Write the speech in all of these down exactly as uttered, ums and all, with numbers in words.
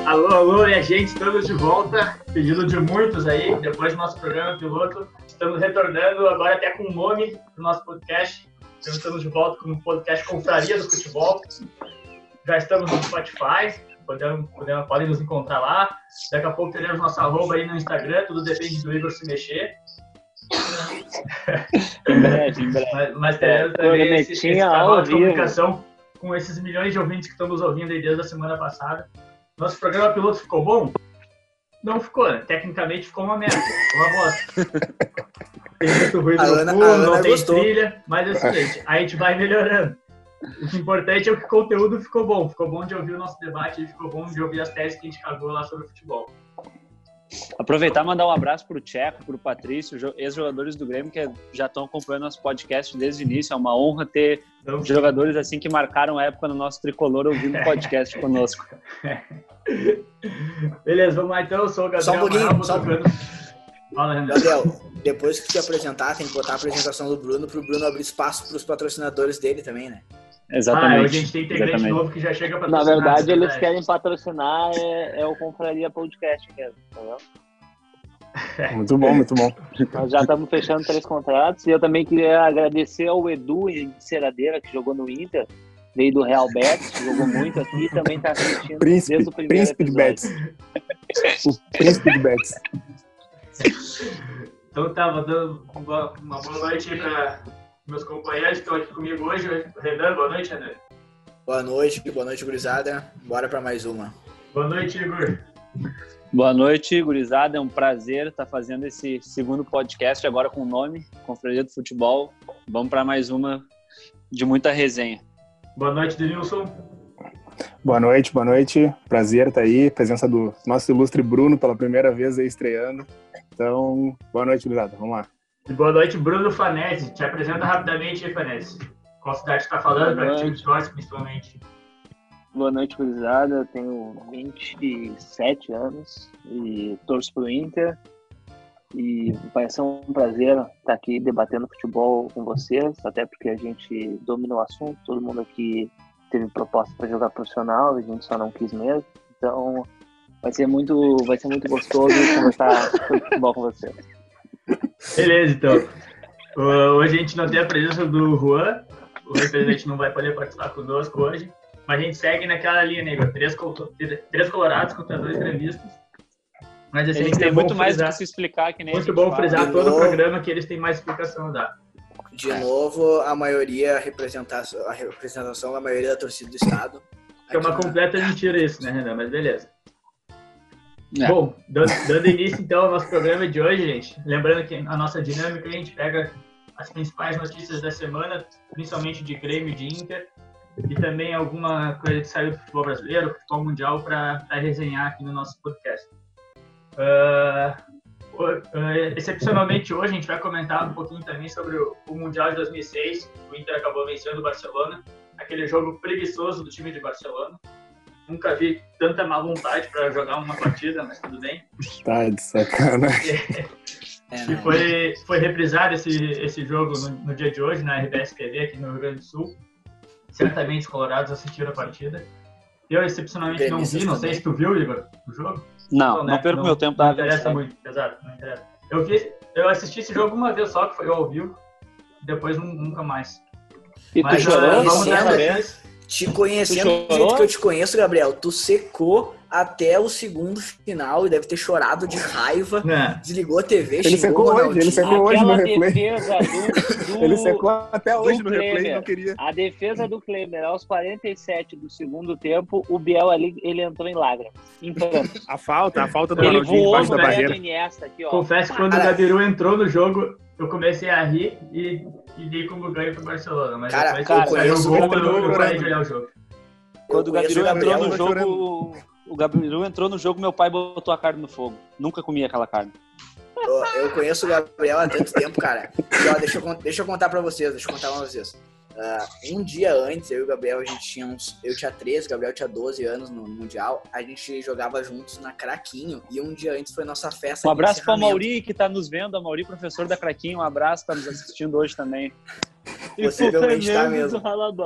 Alô, alô, minha gente, estamos de volta, pedido de muitos aí, depois do nosso programa piloto. Estamos retornando agora até com o nome do nosso podcast. Estamos de volta com o podcast Confraria do Futebol. Já estamos no Spotify, podemos, podemos, podem nos encontrar lá. Daqui a pouco teremos nosso arroba aí no Instagram, tudo depende do Igor se mexer. Em breve, em breve. Mas, mas teremos é, também esse, esse canal de comunicação com esses milhões de ouvintes que estão nos ouvindo aí desde a semana passada. Nosso programa piloto ficou bom? Não ficou, né? Tecnicamente ficou uma merda, ficou uma bosta. Tem muito ruído no Ana, fundo, não tem gostou. trilha, mas é o seguinte, a gente vai melhorando. O que é importante é que o conteúdo ficou bom. Ficou bom de ouvir o nosso debate e ficou bom de ouvir as teses que a gente cagou lá sobre o futebol. Aproveitar e mandar um abraço pro Tcheco, pro Patrício, ex-jogadores do Grêmio que já estão acompanhando nosso podcast desde o início. É uma honra ter então, jogadores assim que marcaram a época no nosso tricolor ouvindo o podcast conosco. Beleza, vamos lá então. Eu sou o Gabriel. Só um pouquinho, Amaral, só um tocando... Fala, Gabriel, depois que te apresentar, tem que botar a apresentação do Bruno pro Bruno abrir espaço pros patrocinadores dele também, né? Exatamente. Ah, a gente tem integrante exatamente. novo que já chega para Na verdade, eles verdade. querem patrocinar é, é o Confraria Podcast mesmo, entendeu? Muito bom, muito bom. Nós já estamos fechando três contratos e eu também queria agradecer ao Edu em Ceradeira, que jogou no Inter, veio do Real Betis, jogou muito aqui e também está assistindo príncipe, desde o primeiro príncipe episódio. de Betis. O príncipe de Betis. Então tá, vou dando uma, uma boa noite aí para meus companheiros que estão aqui comigo hoje. Renan, boa noite, Renan. Boa noite, boa noite, gurizada. Bora para mais uma. Boa noite, Igor. Boa noite, gurizada. É um prazer estar fazendo esse segundo podcast agora com o nome Confraria do Futebol. Vamos para mais uma de muita resenha. Boa noite, Denilson. Boa noite, boa noite. Prazer estar aí. Presença do nosso ilustre Bruno pela primeira vez aí estreando. Então, boa noite, gurizada. Vamos lá. E boa noite, Bruno Fanese. Te apresenta rapidamente aí, Fanese. Qual cidade você está falando? Para que time de torce, principalmente? Boa noite, gurizada. Eu tenho vinte e sete anos e torço pro Inter. E vai ser um prazer estar aqui debatendo futebol com vocês, até porque a gente domina o assunto. Todo mundo aqui teve proposta para jogar profissional, a gente só não quis mesmo. Então, vai ser muito, vai ser muito gostoso conversar sobre futebol com vocês. Beleza, então. Hoje a gente não tem a presença do Juan, o representante não vai poder participar conosco hoje, mas a gente segue naquela linha, né? Três, três colorados contra dois gremistas. Mas assim, eles têm é muito mais frisar, do que se explicar, que nem muito bom frisar todo novo, o programa que eles têm mais explicação a dar. De novo, a maioria, a representação, a representação da maioria da torcida do estado. Que é uma na... completa mentira isso, né, Renan? Mas beleza. É. Bom, dando, dando início então ao nosso programa de hoje, gente, lembrando que a nossa dinâmica, a gente pega as principais notícias da semana, principalmente de Grêmio e de Inter, e também alguma coisa que saiu do futebol brasileiro, futebol mundial, para resenhar aqui no nosso podcast. Uh, uh, excepcionalmente hoje a gente vai comentar um pouquinho também sobre o, o Mundial de dois mil e seis, o Inter acabou vencendo o Barcelona, aquele jogo preguiçoso do time de Barcelona. Nunca vi tanta má vontade para jogar uma partida, mas tudo bem. Tá de sacanagem. E foi, foi reprisado esse, esse jogo no, no dia de hoje, na R B S T V, aqui no Rio Grande do Sul. Certamente os colorados assistiram a partida. Eu, excepcionalmente, não vi. Não sei se tu viu, Igor, o jogo. Não, não, não né? perco não, meu tempo. Não interessa muito, exato. Não interessa. Eu, vi, eu assisti esse jogo uma vez só, que foi ao vivo. Depois nunca mais. E mas tu chorou? Uh, vamos dar vez. Te conhecendo do jeito que eu te conheço, Gabriel, tu secou até o segundo final e deve ter chorado de raiva, é. Desligou a T V, ele secou hoje, ele secou hoje no replay. Do, do, ele secou até hoje no Klemer. replay, não queria. A defesa do Klemer, aos quarenta e sete do segundo tempo, o Biel ali, ele entrou em lágrimas. Em pranto. A falta, a falta do ele Ronaldinho voou embaixo da barreira. Iniesta aqui, ó. Confesso que quando Cara, o Gabiru entrou no jogo, eu comecei a rir e, e dei como ganho pro Barcelona. Mas cara, depois cara, que saiu o gol, eu, eu, eu parei de né? olhar o jogo. Quando o Gabiru entrou no jogo, chorando. o Gabiru entrou no jogo, meu pai botou a carne no fogo. Nunca comi aquela carne. Eu, eu conheço o Gabriel há tanto tempo, cara. E, ó, deixa, eu, deixa eu contar pra vocês, deixa eu contar pra vocês. Uh, um dia antes, eu e o Gabriel, a gente tinha uns... Eu tinha treze, o Gabriel tinha doze anos no Mundial. A gente jogava juntos na Craquinho. E um dia antes foi nossa festa. Um abraço para o Mauri, que tá nos vendo. A Mauri, professor da Craquinho. Um abraço, tá nos assistindo hoje também. Possivelmente tá mesmo. Rala bola.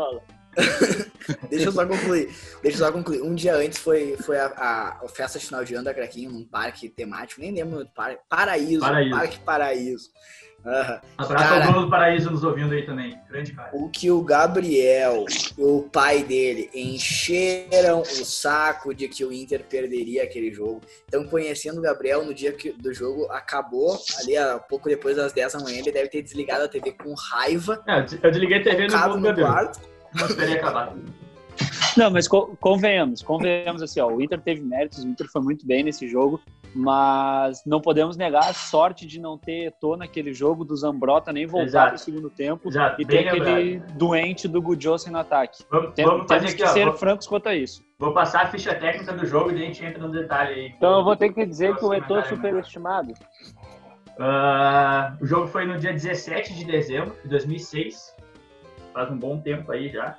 Deixa eu só concluir. Deixa eu só concluir. Um dia antes foi, foi a, a, a festa de final de ano da Craquinho, num parque temático. Nem lembro do parque. Paraíso. Paraíso. Parque Paraíso. Uhum. Abraço Cara, ao dono do Paraíso nos ouvindo aí também. Grande cara. O que o Gabriel e o pai dele encheram o saco de que o Inter perderia aquele jogo. Então, conhecendo o Gabriel, no dia que, do jogo acabou, ali a pouco depois das dez da manhã, ele deve ter desligado a T V com raiva. É, eu desliguei a T V no Focado gol do no Gabriel. quarto. Não esperei acabar. Não, mas co- convenhamos, convenhamos assim, ó, o Inter teve méritos, o Inter foi muito bem nesse jogo, mas não podemos negar a sorte de não ter Eto'o naquele jogo, do Zambrota nem voltar Exato. no segundo tempo, Exato, e ter bem aquele doente do Gudjosen no ataque. Vamos, Tem, vamos fazer temos aqui, que ó. ser Vou, francos quanto a isso. vou passar a ficha técnica do jogo e daí a gente entra no detalhe aí. Então eu vou ter que dizer que o Nosso Eto'o é comentário, superestimado. Uh, o jogo foi no dia dezessete de dezembro de dois mil e seis. Faz um bom tempo aí já.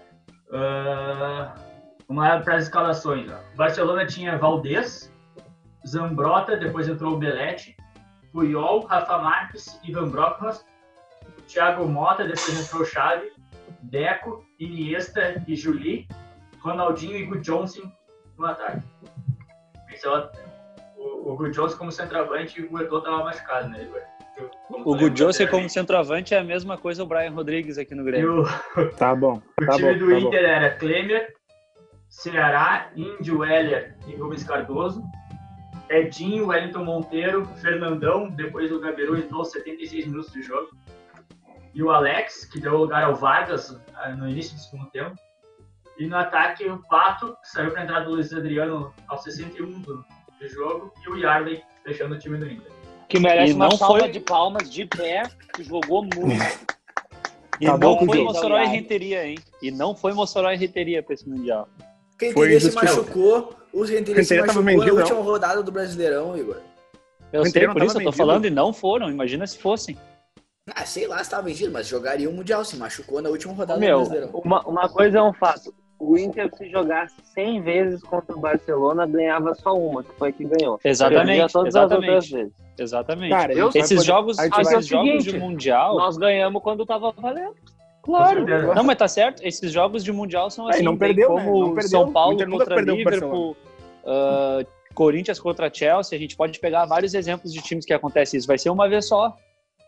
Uh, vamos lá para as escalações. Ó. O Barcelona tinha Valdés, Zambrota, depois entrou o Belletti, Puyol, Rafa Marques, Ivan Brokhorst, Thiago Motta, depois entrou o Xavi, Deco, Iniesta e Juli, Ronaldinho e Gudjohnsen no ataque. Esse é o, o, o Gudjohnsen como centroavante e o Eto'o estava machucado, né, Igor? O Gudjohnsen como centroavante é a mesma coisa o Brian Rodrigues aqui no Grêmio. O, Tá bom. o Tá time bom, do tá Inter bom. Era Klemer, Ceará, Índio, Heller e Rubens Cardoso, Edinho, Wellington Monteiro, Fernandão, depois o Gabiru entrou aos setenta e seis minutos de jogo, e o Alex, que deu lugar ao Vargas no início do segundo tempo, e no ataque o Pato, que saiu para a entrada do Luiz Adriano aos sessenta e um do, do jogo, e o Yarley fechando o time do Inter. Que merece E uma não salva foi- de palmas de pé, que jogou muito. E Tá bom não com o foi jogo. Mossoró e Renteria, hein? E não foi Mossoró e Renteria pra esse Mundial. Quem Foi teria se injustiça. machucou, o Renteria se Renteria tava machucou vendido, na não. última rodada do Brasileirão, Igor. Eu O sei, Renteria não por tava isso eu tô vendido? falando, e não foram. Imagina se fossem. Ah, sei lá se estava vendido, mas jogaria o Mundial, se machucou na última rodada do Meu, Brasileirão. uma, uma coisa é um fato. O Inter, se jogasse cem vezes contra o Barcelona, ganhava só uma, que foi a que ganhou. Exatamente, Perdia todas as exatamente. outras vezes. Exatamente. Cara, a gente vai esses poder- jogos, a gente esses vai- jogos É o seguinte, de Mundial... Nós ganhamos quando tava valendo. Claro. Não, mas tá certo. Esses jogos de Mundial são É, e assim. não tem perdeu, né? como Não perdeu. São O Paulo Inter nunca contra perdeu pro Liverpool, uh, Corinthians contra Chelsea. A gente pode pegar vários exemplos de times que acontece isso. Vai ser uma vez só.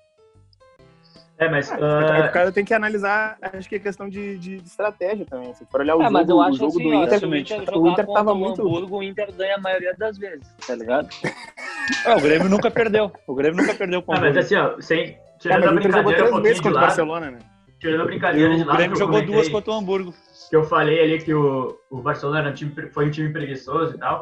É, mas... O Uh, cara tem que analisar, acho que é questão de, de estratégia também. Se for olhar o É, jogo, mas eu o acho jogo assim, do ó, Inter, se o Inter o jogar Inter contra tava o muito... Hamburgo, o Inter ganha a maioria das vezes, tá ligado? É, o Grêmio nunca perdeu. O Grêmio nunca perdeu com o ah, mas Hamburgo. assim, ó, sem, É, tirando mas a o Inter jogou brincadeira um três pouquinho vezes de contra o lado, Barcelona, né? tirando a brincadeira de O lado, Grêmio que eu jogou comentei, duas contra o Hamburgo. que eu falei ali que o, o Barcelona era um time, pre- foi um time preguiçoso e tal.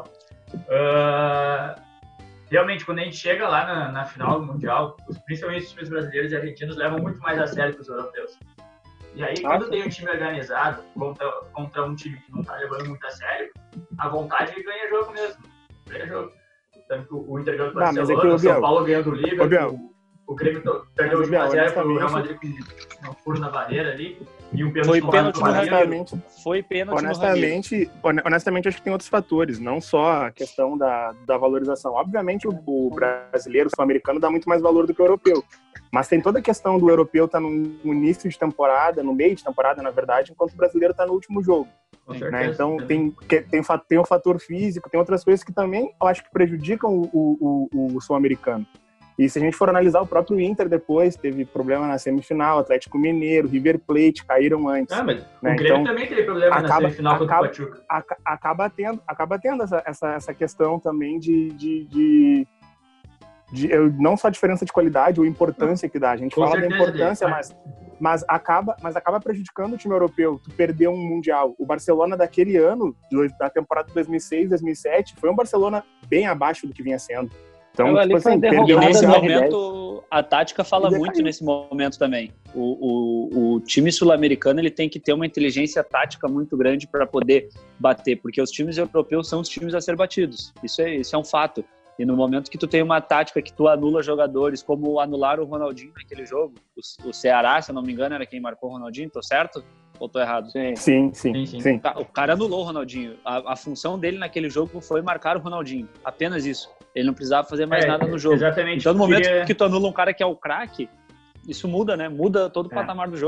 Uh, realmente, quando a gente chega lá na, na final do Mundial, os, principalmente os times brasileiros e argentinos levam muito mais a sério que os europeus. E aí, quando tem um time organizado contra, contra um time que não tá levando muito a sério, a vontade ganha jogo mesmo. Ganha jogo. Tanto que o Inter ganhou do Ah, mas é Barcelona, que, ô, o São Biel, Paulo ganhou do ô, Liverpool, Biel, o Grêmio to- perdeu Mas, de um a Biel, zero pro Real honestamente- Madrid com um furo na barreira ali. E um Foi pênalti pênalti no no Ramiro. honestamente, Foi pênalti no Ramiro. honestamente, hone- honestamente, acho que tem outros fatores, não só a questão da, da valorização. Obviamente, o, o brasileiro, o sul-americano, dá muito mais valor do que o europeu. Mas tem toda a questão do europeu estar no, no início de temporada, no meio de temporada, na verdade, enquanto o brasileiro está no último jogo. Com Né? certeza. Então, tem, que- tem, fa- tem o fator físico, tem outras coisas que também eu acho que prejudicam o, o, o, o sul-americano. E se a gente for analisar o próprio Inter depois, teve problema na semifinal, Atlético Mineiro, River Plate, caíram antes. Ah, mas Né? o Grêmio Então, também teve problema na acaba- semifinal contra acaba- o Pachuca. Aca- acaba tendo, acaba tendo essa, essa, essa questão também de, de, de, de- eu- não só a diferença de qualidade ou importância que dá. A gente Com fala da certeza, importância, Dave. mas, mas, acaba, mas acaba prejudicando o time europeu. Tu perdeu um Mundial. O Barcelona daquele ano, do- da temporada de dois mil e seis, dois mil e sete, foi um Barcelona bem abaixo do que vinha sendo. Então, Eu ali tipo foi assim, derrotado perdeu E um nesse Nada Mundial. da momento, a tática fala E decaiu. muito nesse momento também. O, o, o time sul-americano ele tem que ter uma inteligência tática muito grande para poder bater, porque os times europeus são os times a ser batidos. Isso é, isso é um fato. E no momento que tu tem uma tática que tu anula jogadores, como anularam o Ronaldinho naquele jogo, o, o Ceará, se eu não me engano, era quem marcou o Ronaldinho, tô certo? Ou tô errado? Sim. Sim, sim, Sim, sim. sim. O cara anulou o Ronaldinho. A, a função dele naquele jogo foi marcar o Ronaldinho. Apenas isso. Ele não precisava fazer mais É, nada no jogo. Exatamente. Então, no momento Queria- que tu anula um cara que é o craque, isso muda, né? Muda todo o É. patamar do jogo.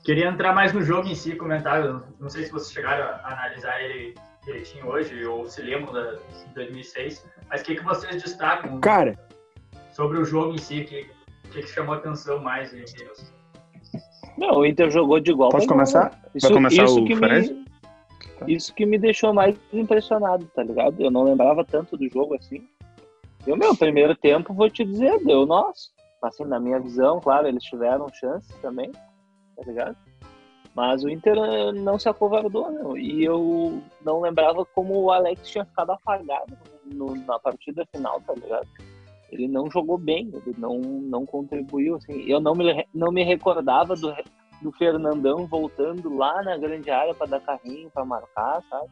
Queria entrar mais no jogo em si, comentar. Não sei se vocês chegaram a analisar ele direitinho hoje, ou se lembram da, de dois mil e seis, mas o que, que vocês destacam Cara, sobre o jogo em si? O que, que, que chamou a atenção mais? Eles? Não, o Inter jogou de igual. Posso começar? Isso, Vai começar isso o que Ferenc? me, Isso que me deixou mais impressionado, tá ligado? Eu não lembrava tanto do jogo assim. E o meu primeiro tempo, vou te dizer, deu nosso. Assim, na minha visão, claro, eles tiveram chance também, tá ligado? Mas o Inter não se acovardou, não. E eu não lembrava como o Alex tinha ficado apagado no, na partida final, tá ligado? Ele não jogou bem, ele não, não contribuiu, assim. Eu não me, não me recordava do, do Fernandão voltando lá na grande área para dar carrinho, para marcar, sabe?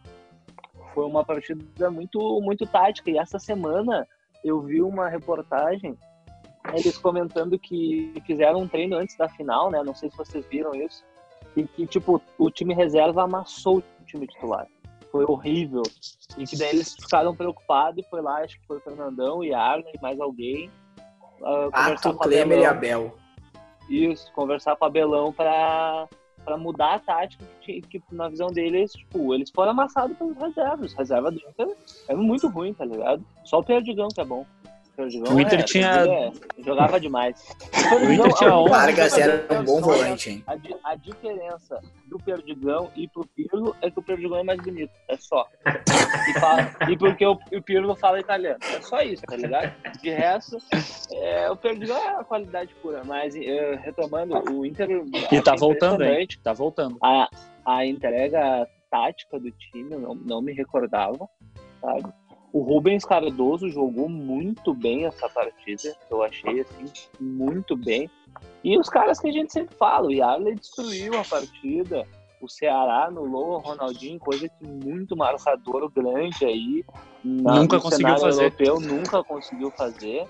Foi uma partida muito, muito tática. E essa semana eu vi uma reportagem, eles comentando que fizeram um treino antes da final, né? Não sei se vocês viram isso. E que, tipo, o time reserva amassou o time titular. Foi horrível. E que daí eles ficaram preocupados e foi lá, acho que foi o Fernandão e a Arlen e mais alguém. Uh, Ato, Klemer e Abel. Isso, conversar com o Abelão pra, pra mudar a tática, que, que na visão deles, tipo, eles foram amassados pelos reservas. Os reservas do Inter eram muito ruins, tá ligado? Só o Perdigão que é bom. O Inter é, tinha... É, jogava demais. O, o Inter tinha onze. O Vargas era um bom volante, hein? A, a diferença do Perdigão e pro Pirlo é que o Perdigão é mais bonito. É só. E, fala, e porque o, o Pirlo fala italiano. É só isso, tá ligado? De resto, é, o Perdigão é a qualidade pura. Mas, é, retomando, o Inter... E tá voltando, hein? Tá voltando. A, a entrega tática do time, eu não, não me recordava, sabe? O Rubens Cardoso jogou muito bem essa partida, eu achei, assim, muito bem. E os caras que a gente sempre fala, o Yarley destruiu a partida, o Ceará anulou o Ronaldinho, coisa que muito marcador grande aí. Na, nunca conseguiu fazer. Europeu, nunca conseguiu fazer.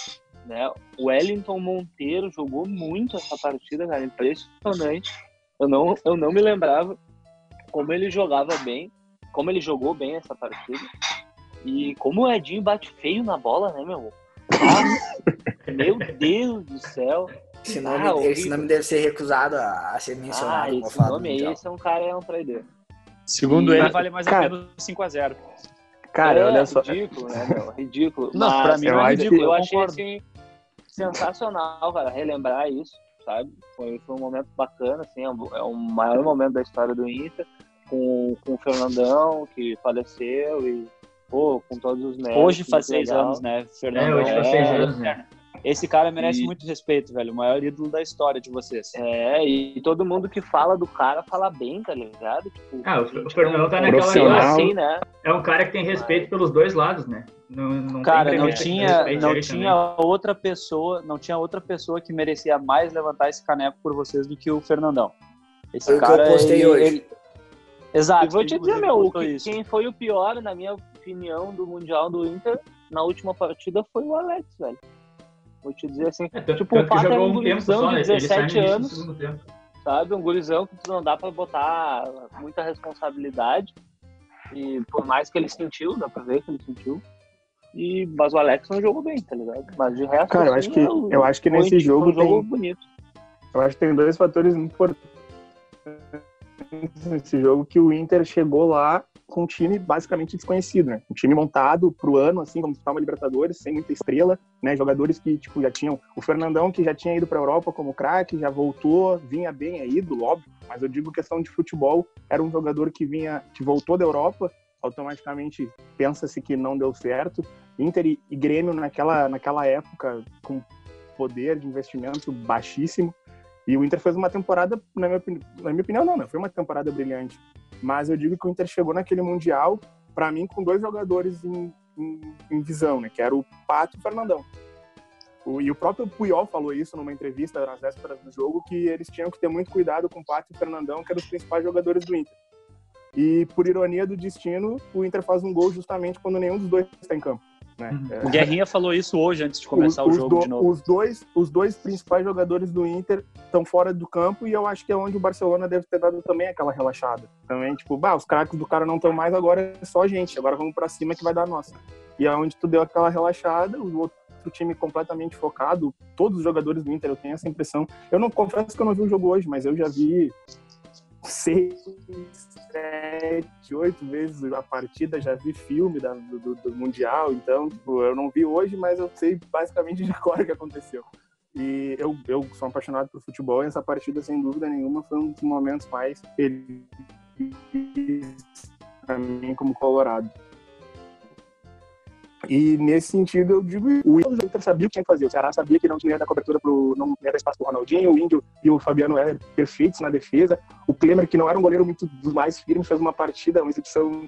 Né? O Wellington Monteiro jogou muito essa partida, cara, impressionante. Eu não, eu não me lembrava como ele jogava bem, como ele jogou bem essa partida. E como o Edinho bate feio na bola, né, meu? Ah, meu Deus do céu. Esse nome, ah, esse nome deve ser recusado a, a ser mencionado. Ah, esse nome aí, esse é um cara, é um traidor. Segundo e, ele, vale mais cara, a pena cinco a zero. Cara, é, olha só. Ridículo, né, meu? Ridículo. Não, mas, pra mim não é ridículo. Eu, eu eu achei, assim, sensacional, cara, relembrar isso, sabe? Foi, foi um momento bacana, assim, é o, é o maior momento da história do Inter, com, com o Fernandão, que faleceu, e pô, com todos os méritos. Hoje faz seis anos, né, Fernando? É, hoje faz seis anos, né? Esse cara merece e... muito respeito, velho. O maior ídolo da história de vocês. É, e todo mundo que fala do cara fala bem, tá ligado? Tipo, ah, o Fernando tá naquela assim, né? É um cara que tem respeito pelos dois lados, né? Não, não cara, tem não tinha, não tinha outra pessoa, não tinha outra pessoa que merecia mais levantar esse caneco por vocês do que o Fernandão. Esse foi cara, o que eu postei ele, hoje. Ele... Exato. E vou te dizer, meu, que, quem foi o pior, na minha opinião, do Mundial do Inter na última partida foi o Alex, velho. Vou te dizer assim, é, tanto, tipo, tanto o Pato é um um gurizão de dezessete anos, tempo. sabe? Um gurizão que não dá pra botar muita responsabilidade. E por mais que ele sentiu, dá pra ver que ele sentiu. E, mas o Alex não jogou bem, tá ligado? Mas de resto, cara, eu assim, acho que, eu, eu acho que nesse foi, jogo foi um jogo tem... bonito. Eu acho que tem dois fatores importantes nesse jogo, que o Inter chegou lá com um time basicamente desconhecido, né? Um time montado pro ano, assim, como disputar uma Libertadores, sem muita estrela, né? Jogadores que, tipo, já tinham... O Fernandão, que já tinha ido pra Europa como craque, já voltou, vinha bem, é ídolo, óbvio, mas eu digo questão de futebol, era um jogador que vinha, que voltou da Europa, automaticamente pensa-se que não deu certo. Inter e, e Grêmio naquela, naquela época, com poder de investimento baixíssimo, e o Inter fez uma temporada, na minha, na minha opinião, não, não, foi uma temporada brilhante. Mas eu digo que o Inter chegou naquele Mundial, para mim, com dois jogadores em, em, em visão, né? Que era o Pato e o Fernandão. O, e o próprio Puyol falou isso numa entrevista nas vésperas do jogo, que eles tinham que ter muito cuidado com o Pato e o Fernandão, que eram os principais jogadores do Inter. E, por ironia do destino, o Inter faz um gol justamente quando nenhum dos dois está em campo. Né? O Guerrinha falou isso hoje, antes de começar os, o jogo do, de novo. Os dois, os dois principais jogadores do Inter estão fora do campo, e eu acho que é onde o Barcelona deve ter dado também aquela relaxada. Também, tipo, bah, os craques do cara não estão mais, agora é só a gente, agora vamos pra cima que vai dar nossa. E é onde tu deu aquela relaxada, os outros outro time completamente focado. Todos os jogadores do Inter, eu tenho essa impressão. Eu não confesso que eu não vi o jogo hoje, mas eu já vi seis, sete, oito vezes a partida, já vi filme da, do, do Mundial, então tipo, eu não vi hoje, mas eu sei basicamente de cor o que aconteceu. E eu, eu sou apaixonado por futebol e essa partida, sem dúvida nenhuma, foi um dos momentos mais felizes para mim como colorado. E nesse sentido eu digo, o Inter sabia o que tinha que fazer, o Ceará sabia que não tinha dar cobertura pro, não ia dar espaço pro Ronaldinho, o Índio e o Fabiano eram perfeitos na defesa, o Klemer, que não era um goleiro muito dos mais firmes, fez uma partida, uma exibição...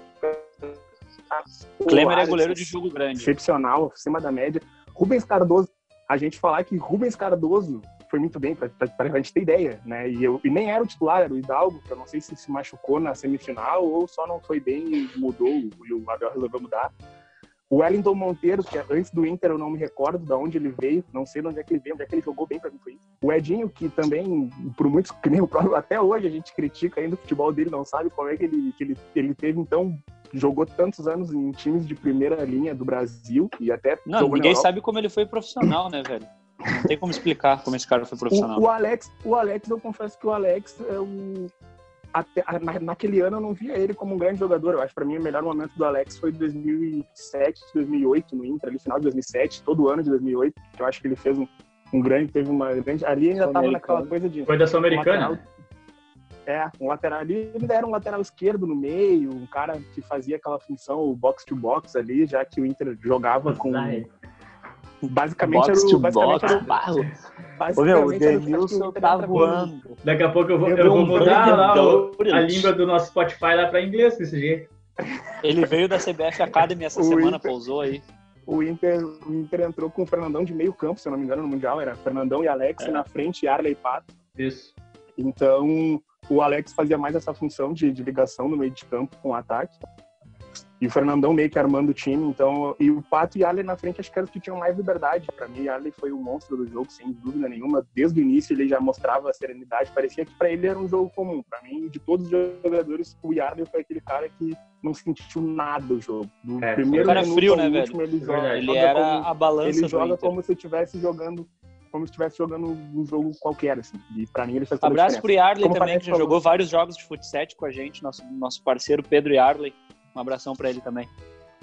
O Klemer é goleiro de jogo grande. Excepcional, acima da média. Rubens Cardoso, a gente falar que Rubens Cardoso foi muito bem, pra, pra, pra gente ter ideia, né? E, eu, e nem era o titular, era o Hidalgo, que eu não sei se se machucou na semifinal ou só não foi bem e mudou, e o Abel resolveu mudar. O Wellington Monteiro, que antes do Inter eu não me recordo de onde ele veio, não sei de onde é que ele veio, onde é que ele jogou bem, pra mim foi isso. O Edinho, que também, por muitos, que nem o próprio, até hoje a gente critica ainda o futebol dele, não sabe como é que ele, que ele, ele teve, então, jogou tantos anos em times de primeira linha do Brasil e até... Não, ninguém sabe como ele foi profissional, né, velho? Não tem como explicar como esse cara foi profissional. O, o Alex, o Alex, eu confesso que o Alex é o... Até, na, naquele ano eu não via ele como um grande jogador. Eu acho que para mim o melhor momento do Alex foi dois mil e sete, dois mil e oito no Inter, ali final de dois mil e sete, todo ano de dois mil e oito, que eu acho que ele fez um, um grande, teve uma grande... Ali ainda estava naquela coisa de... Foi da Sul-Americana? Um é, um lateral ali, ele era um lateral esquerdo no meio, um cara que fazia aquela função, o box-to-box ali, já que o Inter jogava com... Basicamente box era o... Basicamente box, era o barro. Ô, meu, o Denilson tá voando. Daqui a pouco eu vou, eu eu vou mudar lá o, a língua do nosso Spotify lá para inglês desse jeito. Ele veio da C B F Academy essa o semana, Inter, pousou aí. O Inter, o Inter entrou com o Fernandão de meio campo, se eu não me engano, no Mundial. Era Fernandão e Alex, é. E na frente Arley e Pato. Isso. Então, o Alex fazia mais essa função de, de ligação no meio de campo com o ataque. E o Fernandão meio que armando o time, então... E o Pato e Arley na frente, acho que eram os que tinham mais liberdade. Pra mim, Arley foi o monstro do jogo, sem dúvida nenhuma. Desde o início, ele já mostrava a serenidade. Parecia que pra ele era um jogo comum. Pra mim, de todos os jogadores, o Arley foi aquele cara que não sentiu nada o jogo. Do é, primeiro um cara minuto frio, ao né, último, velho? ele joga, ele joga era como, a balança ele do joga Inter. como se estivesse jogando... como se estivesse jogando um jogo qualquer, assim. E pra mim, ele fez toda Abraço a pro Yarley como também, que já falou. jogou vários jogos de futsal com a gente, nosso, nosso parceiro Pedro Yarley. Um abração pra ele também.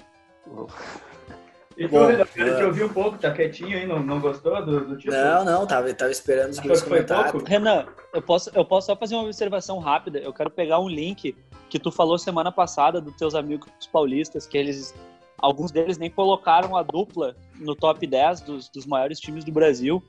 E tu, Renan, quero te ouvir um pouco, tá quietinho aí, não, não gostou do, do título? Não, não, tava, tava esperando os meus comentários. Renan, eu posso, eu posso só fazer uma observação rápida? Eu quero pegar um link que tu falou semana passada dos teus amigos paulistas, que eles, alguns deles nem colocaram a dupla no top dez dos, dos maiores times do Brasil,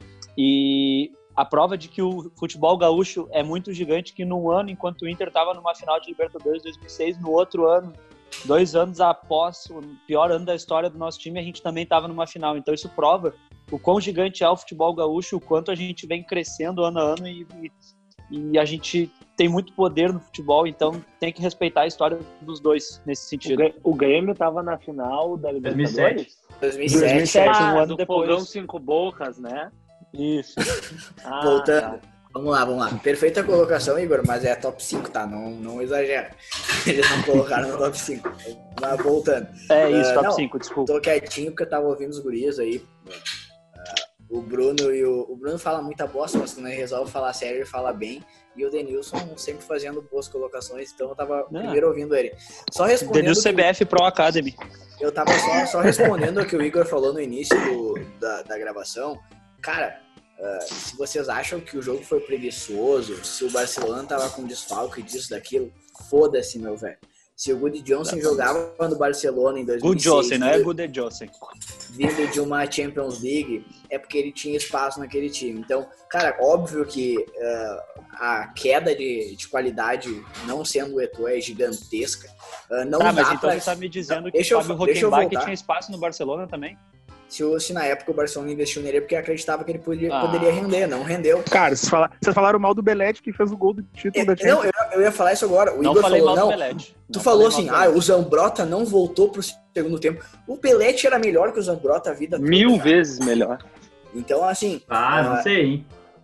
e a prova de que o futebol gaúcho é muito gigante, que num ano, enquanto o Inter estava numa final de Libertadores dois mil e seis, no outro ano, dois anos após o pior ano da história do nosso time, a gente também estava numa final. Então isso prova o quão gigante é o futebol gaúcho, o quanto a gente vem crescendo ano a ano e, e, e a gente tem muito poder no futebol, então tem que respeitar a história dos dois nesse sentido. O Grêmio estava na final da Libertadores? dois mil e sete. dois mil e sete, ah, um ano do depois. Fogão Cinco Bocas, né? Isso. Ah, Voltando. Tá. Vamos lá, vamos lá. Perfeita colocação, Igor, mas é top cinco, tá? Não, não exagera. Eles não colocaram no top cinco. Mas voltando. É isso, uh, top não, cinco, desculpa. Tô quietinho porque eu tava ouvindo os guris aí. Uh, o Bruno e o... O Bruno fala muita bosta, mas quando ele resolve falar sério, ele fala bem. E o Denilson sempre fazendo boas colocações, então eu tava não. primeiro ouvindo ele. Só respondendo... Denilson C B F Pro Academy. Eu tava só, só respondendo o que o Igor falou no início do, da, da gravação. Cara... Uh, se vocês acham que o jogo foi preguiçoso, se o Barcelona tava com desfalque disso, daquilo, foda-se, meu velho. Se o Good Johnson tá jogava no Barcelona em dois mil e seis... Good Johnson, não é Good Johnson. Vindo de uma Champions League, é porque ele tinha espaço naquele time. Então, cara, óbvio que uh, a queda de, de qualidade, não sendo o Eto'o, é gigantesca. Uh, não tá, dá mas então pra... você tá me dizendo não, que o Fábio Rockenbach tinha espaço no Barcelona também? Se, se na época o Barcelona investiu nele, é porque acreditava que ele podia, ah. poderia render, não rendeu. Cara, vocês falaram, vocês falaram mal do Belletti, que fez o gol do título é, da Champions. Não, eu, eu ia falar isso agora. O não Igor falei falou, mal não, do Belletti. Tu não falou assim, ah, o Zambrotta não voltou pro segundo tempo. O Belletti era melhor que o Zambrotta a vida toda. Mil cara. vezes melhor. Então, assim... Ah, não uh, sei, hein?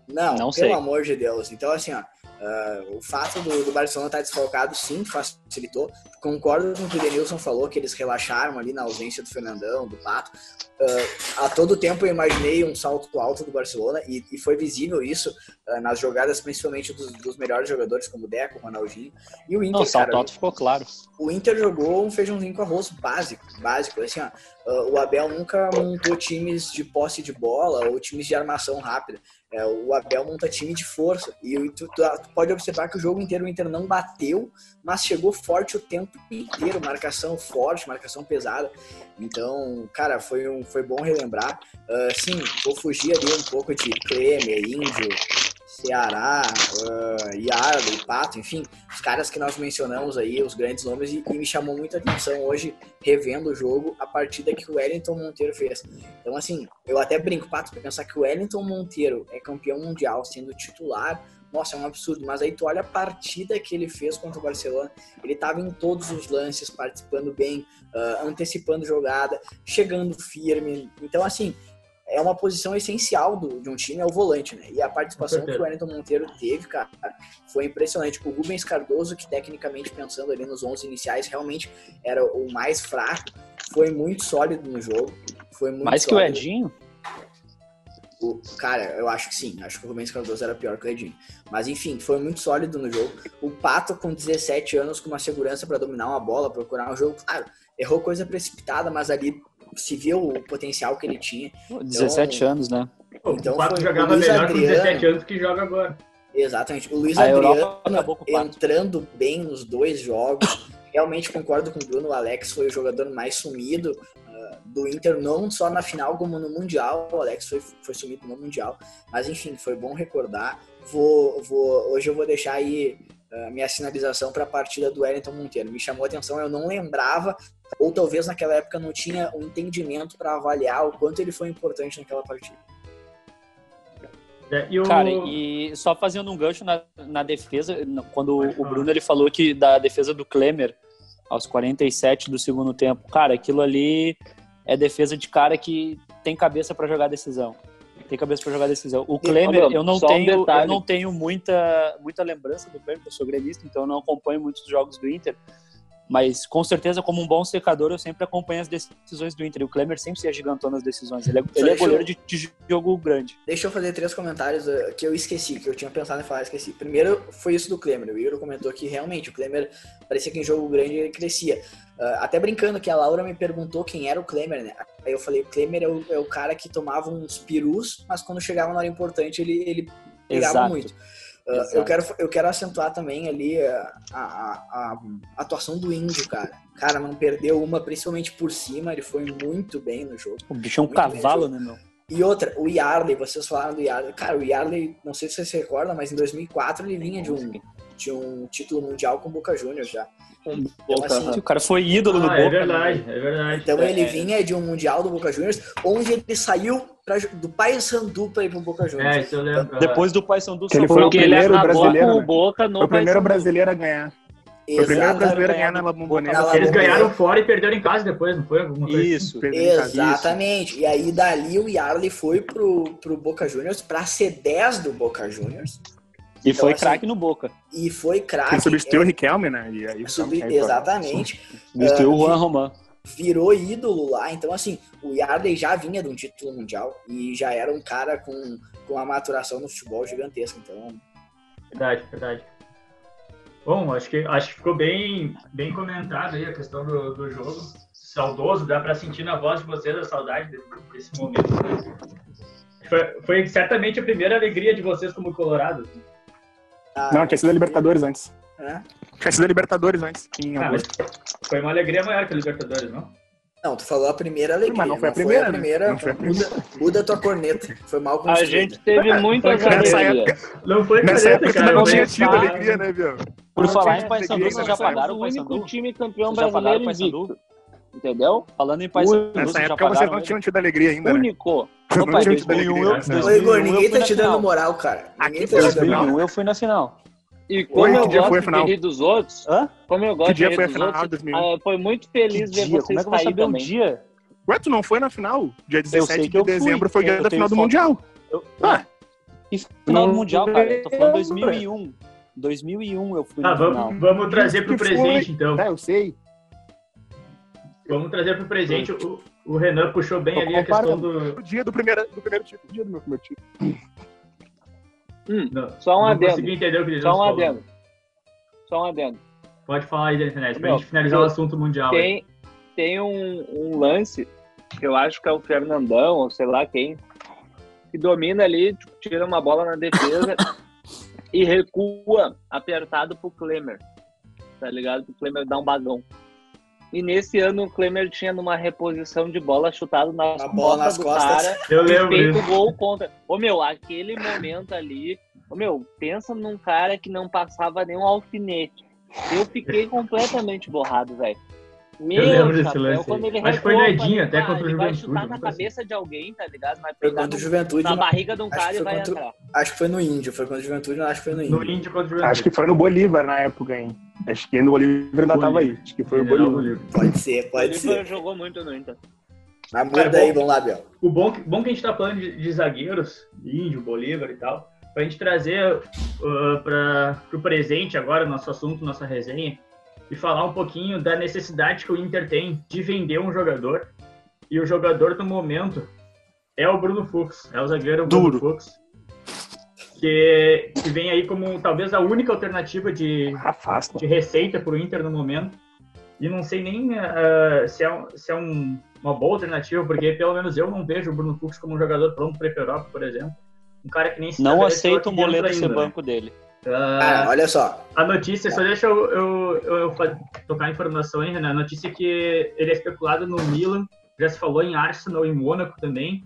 Não, Não pelo sei. amor de Deus. Então, assim, ó, uh, o fato do, do Barcelona estar desfalcado, sim, facilitou. Concordo com o que o Denilson falou, que eles relaxaram ali na ausência do Fernandão, do Pato. Uh, a todo tempo eu imaginei um salto alto do Barcelona e, e foi visível isso uh, nas jogadas, principalmente dos, dos melhores jogadores, como o Deco, o Ronaldinho. E o Inter, Não, o salto cara, alto ficou claro. o Inter jogou um feijãozinho com arroz básico, básico. Assim, ó, uh, o Abel nunca montou times de posse de bola ou times de armação rápida. É, o Abel monta time de força. E tu, tu, tu pode observar que o jogo inteiro o Inter não bateu, mas chegou forte o tempo inteiro. Marcação forte, marcação pesada. Então, cara, foi, um, foi bom relembrar. Uh, sim, vou fugir ali um pouco de Klemer, Índio, Ceará, uh, Yarley, Pato, enfim, os caras que nós mencionamos aí, os grandes nomes, e, e me chamou muita atenção hoje, revendo o jogo, a partida que o Wellington Monteiro fez. Então, assim, eu até brinco, Pato, pensar que o Wellington Monteiro é campeão mundial sendo titular, nossa, é um absurdo, mas aí tu olha a partida que ele fez contra o Barcelona, ele estava em todos os lances, participando bem, uh, antecipando jogada, chegando firme, então, assim, é uma posição essencial do, de um time, é o volante, né? E a participação que o Wellington Monteiro teve, cara, foi impressionante. O Rubens Cardoso, que tecnicamente pensando ali nos onze iniciais, realmente era o mais fraco, foi muito sólido no jogo. Foi muito Mais sólido. que o Edinho? O, cara, eu acho que sim. Acho que o Rubens Cardoso era pior que o Edinho. Mas enfim, foi muito sólido no jogo. O Pato, com dezessete anos, com uma segurança para dominar uma bola, procurar um jogo, claro, errou coisa precipitada, mas ali se viu o potencial que ele tinha. dezessete então, anos, né? O Então Pato foi jogava o Luiz melhor Adriano, com dezessete anos que joga agora. Exatamente. O Luiz A Europa Adriano acabou com o Pato. entrando bem nos dois jogos. Realmente concordo com o Bruno. O Alex foi o jogador mais sumido uh, do Inter, não só na final como no Mundial. O Alex foi, foi sumido no Mundial. Mas enfim, foi bom recordar. Vou, vou, hoje eu vou deixar aí uh, minha sinalização para a partida do Wellington Monteiro. Me chamou a atenção, eu não lembrava, ou talvez naquela época não tinha o um entendimento para avaliar o quanto ele foi importante naquela partida. É, e o... Cara, e só fazendo um gancho na, na defesa, quando o Bruno ele falou que da defesa do Klemer aos quarenta e sete do segundo tempo, cara, aquilo ali é defesa de cara que tem cabeça para jogar decisão. Tem cabeça para jogar decisão. O Klemer, eu não Só um tenho, detalhe. eu não tenho muita, muita lembrança do Klemer, eu sou gremista, então eu não acompanho muitos jogos do Inter. Mas, com certeza, como um bom secador, eu sempre acompanho as decisões do Inter. E o Klemer sempre se agigantou nas decisões. Ele é, ele é goleiro de, de jogo grande. Deixa eu fazer três comentários uh, que eu esqueci, que eu tinha pensado em falar e esqueci. Primeiro, foi isso do Klemer. O Igor comentou que, realmente, o Klemer parecia que em jogo grande ele crescia. Uh, até brincando que a Laura me perguntou quem era o Klemer, né? Aí eu falei, o Klemer é o, é o cara que tomava uns perus, mas quando chegava na hora importante, ele, ele pegava Exato. muito. Uh, eu, quero, eu quero acentuar também ali a, a, a, a atuação do Índio, cara. Cara, não perdeu uma, principalmente por cima, ele foi muito bem no jogo. O bicho é um Muito cavalo, bem, né, meu? E outra, o Yarley, vocês falaram do Yarley. Cara, o Yarley, não sei se vocês se recordam, mas em dois mil e quatro ele vinha de um, de um título mundial com o Boca Juniors já. Então, assim, O cara foi ídolo no Ah, Boca. é verdade, é verdade. então É, ele é. vinha de um mundial do Boca Juniors, onde ele saiu pra, do Paysandu para ir pro Boca Juniors. É, isso eu lembro. Depois do Paysandu, Que ele só foi o Porque ele primeiro acabou brasileiro, com o né? Boca no Foi o primeiro Paysandu. brasileiro a ganhar. Foi o primeiro Exatamente. brasileiro a ganhar na La Bombonera. Na La Eles Bombonera. ganharam fora e perderam em casa depois, não foi? Alguma coisa Isso. Perdeu em casa. Exatamente. E aí dali o Yarley foi pro, pro Boca Juniors pra ser dez do Boca Juniors. E Então, foi assim, craque no Boca. E foi craque. Ele substituiu é, o Riquelme, né? E aí, substitui- aí, exatamente. Vestiu Ah, o Juan Román. Virou ídolo lá. Então, assim, o Yarley já vinha de um título mundial e já era um cara com, com uma maturação no futebol gigantesca. Então, Verdade, verdade. Bom, acho que, acho que ficou bem, bem comentado aí a questão do, do jogo. Saudoso, dá para sentir na voz de vocês a saudade desse, desse momento. Foi, foi certamente a primeira alegria de vocês como colorados. a- Não, tinha sido a Libertadores antes. né? Tinha sido a Libertadores antes, em Ah, mas agosto. foi uma alegria maior que a Libertadores, não? Não, tu falou a primeira alegria. Mas não foi a primeira, né? primeira. Não foi a Muda, muda tua corneta. Foi mal A construída. gente teve muitas Foi Nessa alegrias. época, Não foi nessa caneta, época tu cara. não foi- tinha tido Ah, alegria, né, viu? Por Não falar tinha em Paysandu, alegria vocês já nessa pagaram o o único Paysandu? time campeão Vocês já pagaram brasileiro o Paysandu? invicto. Entendeu? Falando em Paysandu, Nessa vocês já época vocês pagaram não ele? tinham tido alegria ainda, né? Único. Não, Não pai, tinha tido dois mil e um alegria eu- nessa Ô, época. dois mil e um Igor, eu ninguém fui tá na te dando final. moral, cara. Ninguém Aqui tá te foi dando dois mil e moral. um eu fui na final. E como Oi, eu que dia gosto foi a de final? rir dos outros, Hã? como eu gosto Que dia de foi a rir dos final de outros, dois mil e um? ah, foi muito feliz ver Dia, vocês como é que eu vou cair saber o também. dia? Ué, tu não foi na final? Dia sei dezessete que eu de fui, dezembro foi o dia eu da tenho final do foto. Mundial. Eu, Ah, E final do Mundial, cara, eu tô falando dois mil e um. dois mil e um eu fui ah, no vamos, final. Vamos trazer pro presente, então. É, eu sei. Vamos trazer pro presente. O, o Renan puxou bem ali a questão do... O dia do primeiro, do primeiro título. O dia do meu primeiro título. Hum, não, só um não adendo. consegui entender o que ele Só um falou. adendo. Só um adendo. Pode falar aí da internet, pra Meu, gente finalizar o assunto mundial. Tem, tem um, um lance, que eu acho que é o Fernandão, ou sei lá quem, que domina ali, tipo, tira uma bola na defesa e recua apertado pro Klemer. Tá ligado? Pro Klemer dar um bagão. E nesse ano o Klemer tinha numa reposição de bola chutado nas Uma bola nas do costas. cara Eu e lembro feito disso. gol contra. Ô meu, aquele momento ali, ô meu, pensa num cara que não passava nem um alfinete. Eu fiquei completamente borrado, velho. Meu Eu lembro desse chapéu, lance quando aí. ele Acho que foi no recua, Edinho, falei, até "Ah, contra o ele vai Juventude, chutar na uma cabeça de alguém, tá ligado? Vai Foi pegar contra o no- Juventude. na não- barriga de um acho cara que e foi vai contra- entrar." Acho que foi no Índio. Foi contra o Juventude, não acho que foi no Índio. No Índio contra o Juventude. Acho que foi no Bolívar na época, hein? Acho que no Bolívar ainda tava aí. Acho que foi o General Bolívar. Bolívar. Pode ser, O pode Bolívar ser. jogou muito no Inter. Mas muda É bom. aí, vamos lá, Biel. O bom, que- bom que a gente tá falando de, de zagueiros, Índio, Bolívar e tal, pra gente trazer uh, para o presente agora, nosso assunto, nossa resenha, e falar um pouquinho da necessidade que o Inter tem de vender um jogador. E o jogador do momento é o Bruno Fux, é o zagueiro Bruno Duro. Fux, que, que vem aí como talvez a única alternativa de, Afasta. de receita para o Inter no momento. E não sei nem uh, se é, um- se é um- uma boa alternativa, porque pelo menos eu não vejo o Bruno Fux como um jogador pronto para ir para a Europa, por exemplo. Um cara que nem se Não estabeleceu aceito o aqui dentro Moledo ser ainda, né? banco dele. Uh, Cara, olha só. a notícia, só deixa eu, eu, eu, eu fa- tocar a informação aí, Renan. A notícia é que ele é especulado no Milan, já se falou em Arsenal e Mônaco também.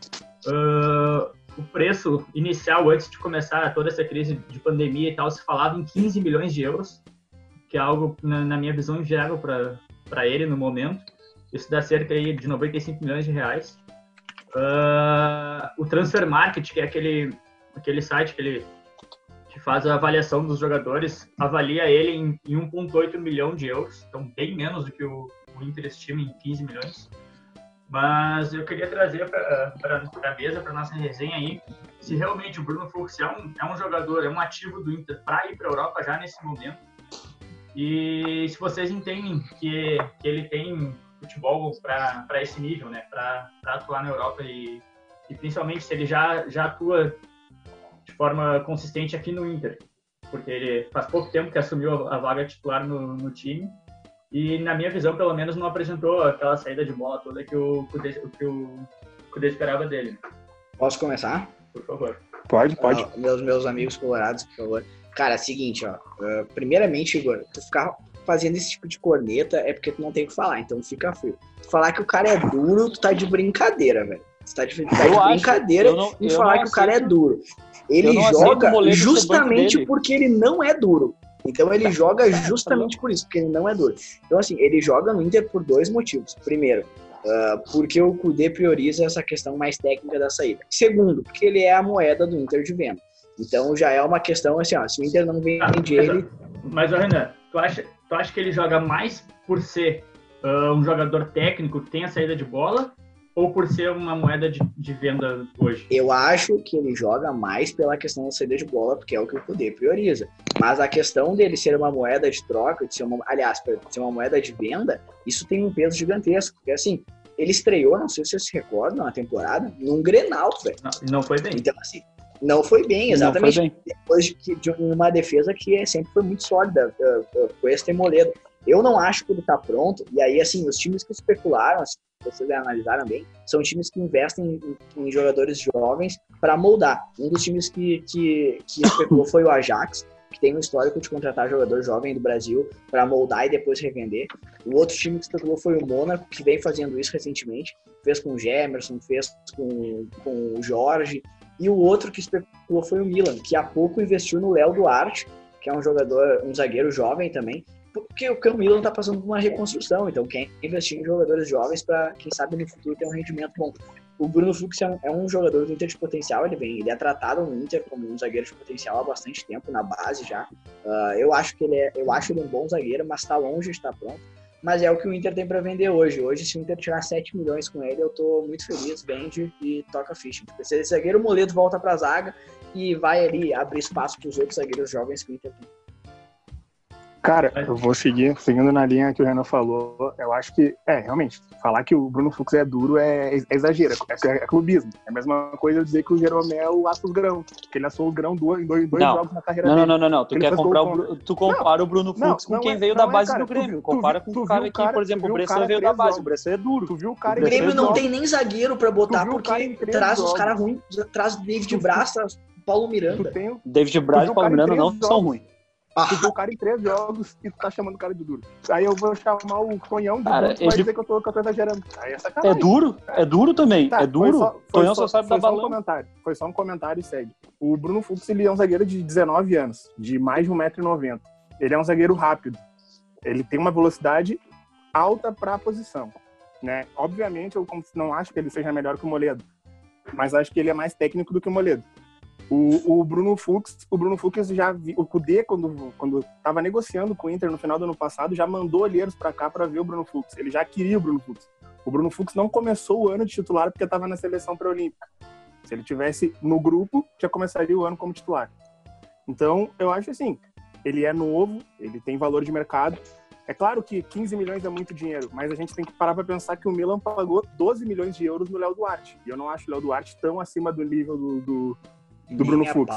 Uh, o preço inicial, antes de começar toda essa crise de pandemia e tal, se falava em quinze milhões de euros, que é algo, na, na minha visão, inviável para ele no momento. Isso dá cerca aí de noventa e cinco milhões de reais. Uh, o Transfer Market, que é aquele, aquele site que ele que faz a avaliação dos jogadores, avalia ele em, em um vírgula oito milhão de euros, então bem menos do que o, o Inter estima em quinze milhões. Mas eu queria trazer para a mesa, para nossa resenha aí, se realmente o Bruno Fux é um, é um jogador, é um ativo do Inter para ir para a Europa já nesse momento. E se vocês entendem que, que ele tem futebol para esse nível, né, para atuar na Europa e, e principalmente se ele já, já atua de forma consistente aqui no Inter, porque ele faz pouco tempo que assumiu a, a vaga titular no, no time e, na minha visão, pelo menos não apresentou aquela saída de bola toda que o Kudê, que o Kudê esperava dele. Posso começar? Por favor. Pode, pode. Ah, meus, meus amigos colorados, por favor. Cara, é o seguinte, ó. Uh, primeiramente, Igor, tu ficar fazendo esse tipo de corneta é porque tu não tem o que falar, então fica frio. Tu falar que o cara é duro, tu tá de brincadeira, velho. Tu tá de, tá Eu de acho. brincadeira Eu não- em eu falar não que o cara é aceito- duro. Ele eu não aceito joga o Moledo ser banco justamente dele. porque ele não é duro. Então ele Tá. joga Tá, justamente por isso, porque ele não é duro. Então, assim, ele joga no Inter por dois motivos. Primeiro, uh, porque o Kudê prioriza essa questão mais técnica da saída. Segundo, porque ele é a moeda do Inter de venda. Então já é uma questão assim, ó, se o Inter não vende Ah, ele, Mas, ô, Renan, tu acha, tu acha que ele joga mais por ser uh, um jogador técnico que tem a saída de bola ou por ser uma moeda de, de venda hoje? eu acho que ele joga mais pela questão da saída de bola, porque é o que o Kudê prioriza. Mas a questão dele ser uma moeda de troca, de ser uma, aliás, de ser uma moeda de venda, isso tem um peso gigantesco. Porque assim, ele estreou, não sei se vocês se recordam, na temporada, num Grenal, velho. Não, não foi bem. Então, assim, não foi bem, Não foi exatamente. bem. Depois de, que- de uma defesa que sempre foi muito sólida, uh, uh, com esse Moledo. Eu não acho que ele tá pronto, e aí, assim, os times que especularam, assim, se vocês analisaram bem, são times que investem em, em jogadores jovens para moldar. Um dos times que, que, que especulou foi o Ajax, que tem um histórico de contratar jogador jovem do Brasil para moldar e depois revender. O outro time que especulou foi o Mônaco, que vem fazendo isso recentemente, fez com o Gemerson, fez com, com o Jorge, e o outro que especulou foi o Milan, que há pouco investiu no Léo Duarte, que é um jogador, um zagueiro jovem também, porque o Milan está passando por uma reconstrução, então quem investir em jogadores jovens para, quem sabe, no futuro ter um rendimento bom. O Bruno Fux é um, é um jogador do Inter de potencial, ele vem, ele é tratado no Inter como um zagueiro de potencial há bastante tempo, na base já. Uh, eu acho que ele é, eu acho ele um bom zagueiro, mas está longe de estar pronto. Mas é o que o Inter tem para vender hoje. Hoje, se o Inter tirar sete milhões com ele, eu tô muito feliz, vende e toca ficha. Porque se esse zagueiro Moledo volta para a zaga e vai ali abrir espaço para os outros zagueiros jovens que o Inter tem. Cara, eu vou seguir, seguindo na linha que o Renan falou, eu acho que, é, realmente, falar que o Bruno Fux é duro é, é exagero, é, é clubismo. É a mesma coisa eu dizer que o Jeromel é o Atos Grão, que ele assou os Grão dois, em dois, dois jogos na carreira não, dele. Não, não, não, não, tu ele quer comprar o, contra... tu compara não, o Bruno Fux não, com quem é, veio da base é, cara, do Grêmio, tu, compara tu, com o cara que, por exemplo, o Bressan veio da base, jogos. O Bressan é duro. Tu viu o, cara o Grêmio não tem nem zagueiro pra botar, porque traz jogos. os caras ruins, traz David Braz, traz Paulo Miranda. Tem... David Braz e Paulo Miranda não são ruins. Tu viu o cara em três jogos e tu tá chamando o cara de duro. Aí eu vou chamar o Tonhão de cara, duro, vai ele... dizer que eu, tô, que eu tô exagerando. Aí é sacanagem. É duro? É duro também. Tá, é duro. Só, Tonhão só, só sabe dar balão. Um comentário. Foi só um comentário e segue. O Bruno Fux, ele é um zagueiro de dezenove anos, de mais de um metro e noventa. Ele é um zagueiro rápido. Ele tem uma velocidade alta pra posição. Né? Obviamente, eu não acho que ele seja melhor que o Moledo, mas acho que ele é mais técnico do que o Moledo. O, o Bruno Fux, o Bruno Fux já vi, o Cudê, quando quando estava negociando com o Inter no final do ano passado, já mandou olheiros para cá para ver o Bruno Fux. Ele já queria o Bruno Fux. O Bruno Fux não começou o ano de titular porque estava na seleção pré-olímpica. Se ele tivesse no grupo, já começaria o ano como titular. Então, eu acho assim, ele é novo, ele tem valor de mercado. É claro que quinze milhões é muito dinheiro, mas a gente tem que parar para pensar que o Milan pagou doze milhões de euros no Léo Duarte. E eu não acho o Léo Duarte tão acima do nível do, do do Bruno Fux.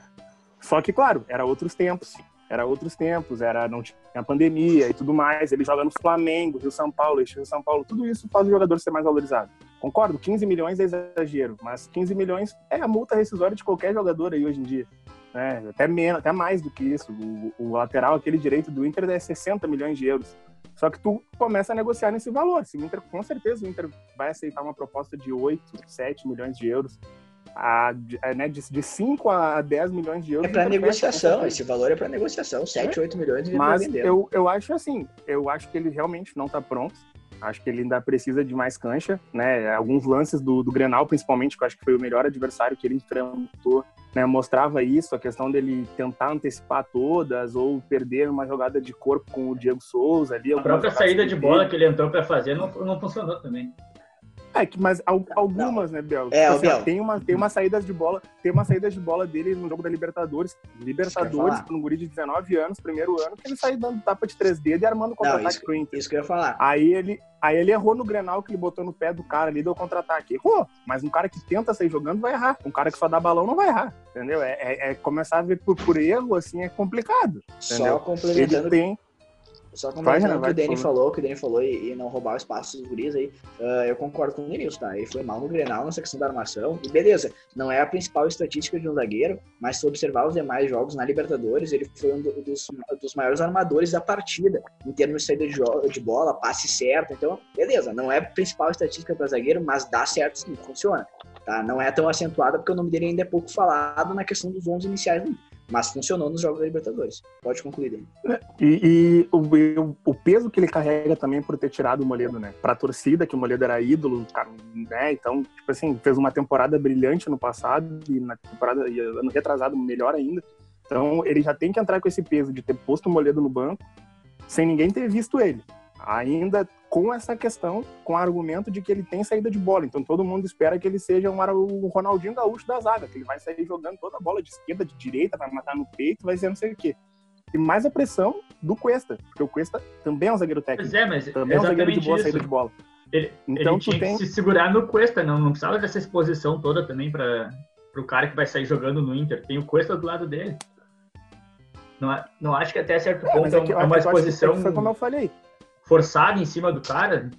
Só que, claro, era outros tempos. Era outros tempos, era, não tinha pandemia e tudo mais. Ele joga no Flamengo, Rio São Paulo, Rio São Paulo. Tudo isso faz o jogador ser mais valorizado. Concordo, quinze milhões é exagero, mas quinze milhões é a multa rescisória de qualquer jogador aí hoje em dia. Né? Até, menos, até mais do que isso. O, o lateral, aquele direito do Inter, é sessenta milhões de euros. Só que tu começa a negociar nesse valor. Se o Inter, com certeza o Inter vai aceitar uma proposta de oito, sete milhões de euros. A, né, de, de cinco a dez milhões de euros. É para negociação, esse valor é para negociação, sete, oito milhões de euros. Mas eu, eu acho assim, eu acho que ele realmente não está pronto, acho que ele ainda precisa de mais cancha, né? Alguns lances do, do Grenal, principalmente, que eu acho que foi o melhor adversário que ele enfrentou, né? Mostrava isso, a questão dele tentar antecipar todas ou perder uma jogada de corpo com o Diego Souza ali. A própria saída de bola que ele entrou para fazer não, não funcionou também. É, que, mas algumas, não. né, Biel? É, tipo, Biel. Assim, tem, uma, tem uma saídas de bola, tem uma saída de bola dele no jogo da Libertadores. Libertadores, para um guri de dezenove anos, primeiro ano, que ele saiu dando tapa de três dedos e armando contra-ataque pro Inter. Isso que eu ia falar. Aí ele, aí ele errou no Grenal, que ele botou no pé do cara ali, deu contra-ataque. Errou, mas um cara que tenta sair jogando vai errar. Um cara que só dá balão não vai errar, entendeu? É, é, é começar a ver por, por erro, assim, é complicado. Entendeu? Só complementando... Ele tem... Só complementando o que o Dani falou, que o Dani falou e, e não roubar o espaço dos guris aí, uh, eu concordo com o Denilson, tá? Ele foi mal no Grenal nessa questão da armação, e beleza, não é a principal estatística de um zagueiro, mas se observar os demais jogos na Libertadores, ele foi um dos, dos maiores armadores da partida, em termos de saída de, de bola, passe certo, então, beleza, não é a principal estatística para zagueiro, mas dá certo sim, funciona, tá? Não é tão acentuada porque o nome dele ainda é pouco falado na questão dos onze iniciais do Inter. Mas funcionou nos jogos da Libertadores. Pode concluir, Dani. E, e o, o peso que ele carrega também por ter tirado o Moledo, né? Pra torcida, que o Moledo era ídolo, cara, né? Então, tipo assim, fez uma temporada brilhante no passado e na temporada, ano retrasado, melhor ainda. Então, ele já tem que entrar com esse peso de ter posto o Moledo no banco sem ninguém ter visto ele. Ainda com essa questão, com o argumento de que ele tem saída de bola. Então todo mundo espera que ele seja um, um Ronaldinho Gaúcho da zaga, que ele vai sair jogando toda a bola de esquerda, de direita, vai matar no peito, vai ser não sei o quê. E mais a pressão do Cuesta, porque o Cuesta também é um zagueiro técnico. Pois é, mas também é um zagueiro de boa isso. saída de bola. Ele, então ele tu tinha tem que se segurar no Cuesta, não, não precisava dessa exposição toda também para o cara que vai sair jogando no Inter. Tem o Cuesta do lado dele. Não, não acho que até certo ponto é, é, que, é uma exposição... Foi como eu falei. Forçado em cima do cara.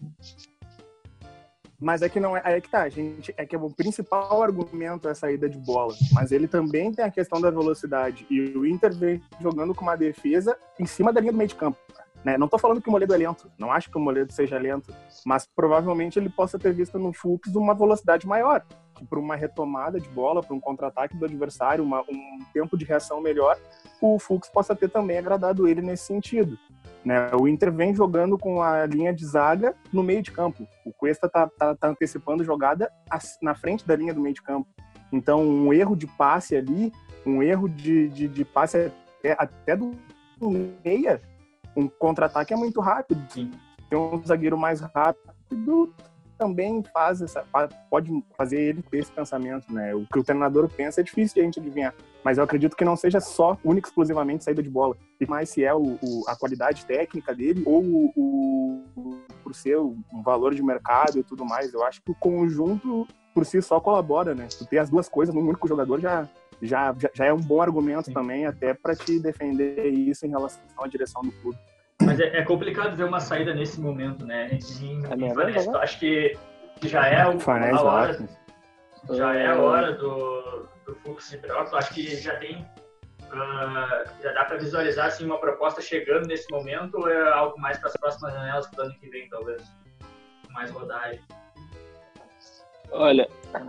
Mas é que não é, é que tá, gente, é que o principal argumento é a saída de bola, mas ele também tem a questão da velocidade e o Inter vem jogando com uma defesa em cima da linha do meio de campo, né? Não tô falando que o Moledo é lento, não acho que o Moledo seja lento, mas provavelmente ele possa ter visto no Fux uma velocidade maior, que por uma retomada de bola, por um contra-ataque do adversário, uma, um tempo de reação melhor, o Fux possa ter também agradado ele nesse sentido. Né, o Inter vem jogando com a linha de zaga no meio de campo. O Cuesta tá, tá, tá antecipando jogada na frente da linha do meio de campo. Então, um erro de passe ali, um erro de, de, de passe até, até do meia, um contra-ataque é muito rápido. Sim. Tem um zagueiro mais rápido, também faz essa, pode fazer ele ter esse pensamento, né? O que o treinador pensa é difícil de a gente adivinhar, mas eu acredito que não seja só, única e exclusivamente saída de bola, e mais se é o, o, a qualidade técnica dele ou o, o, por ser um valor de mercado e tudo mais. Eu acho que o conjunto por si só colabora, né? Tu ter as duas coisas num único jogador já, já, já é um bom argumento Sim. também, até para te defender isso em relação à direção do clube. Mas é, é complicado ver uma saída nesse momento, né? Em, em, em Fanes, acho que, que já é o, Fanes, a hora, já é a hora do, do Fux e Broto. Acho que já tem, uh, já dá para visualizar assim, uma proposta chegando nesse momento, ou é algo mais para as próximas janelas do ano que vem, talvez, mais rodagem. Olha,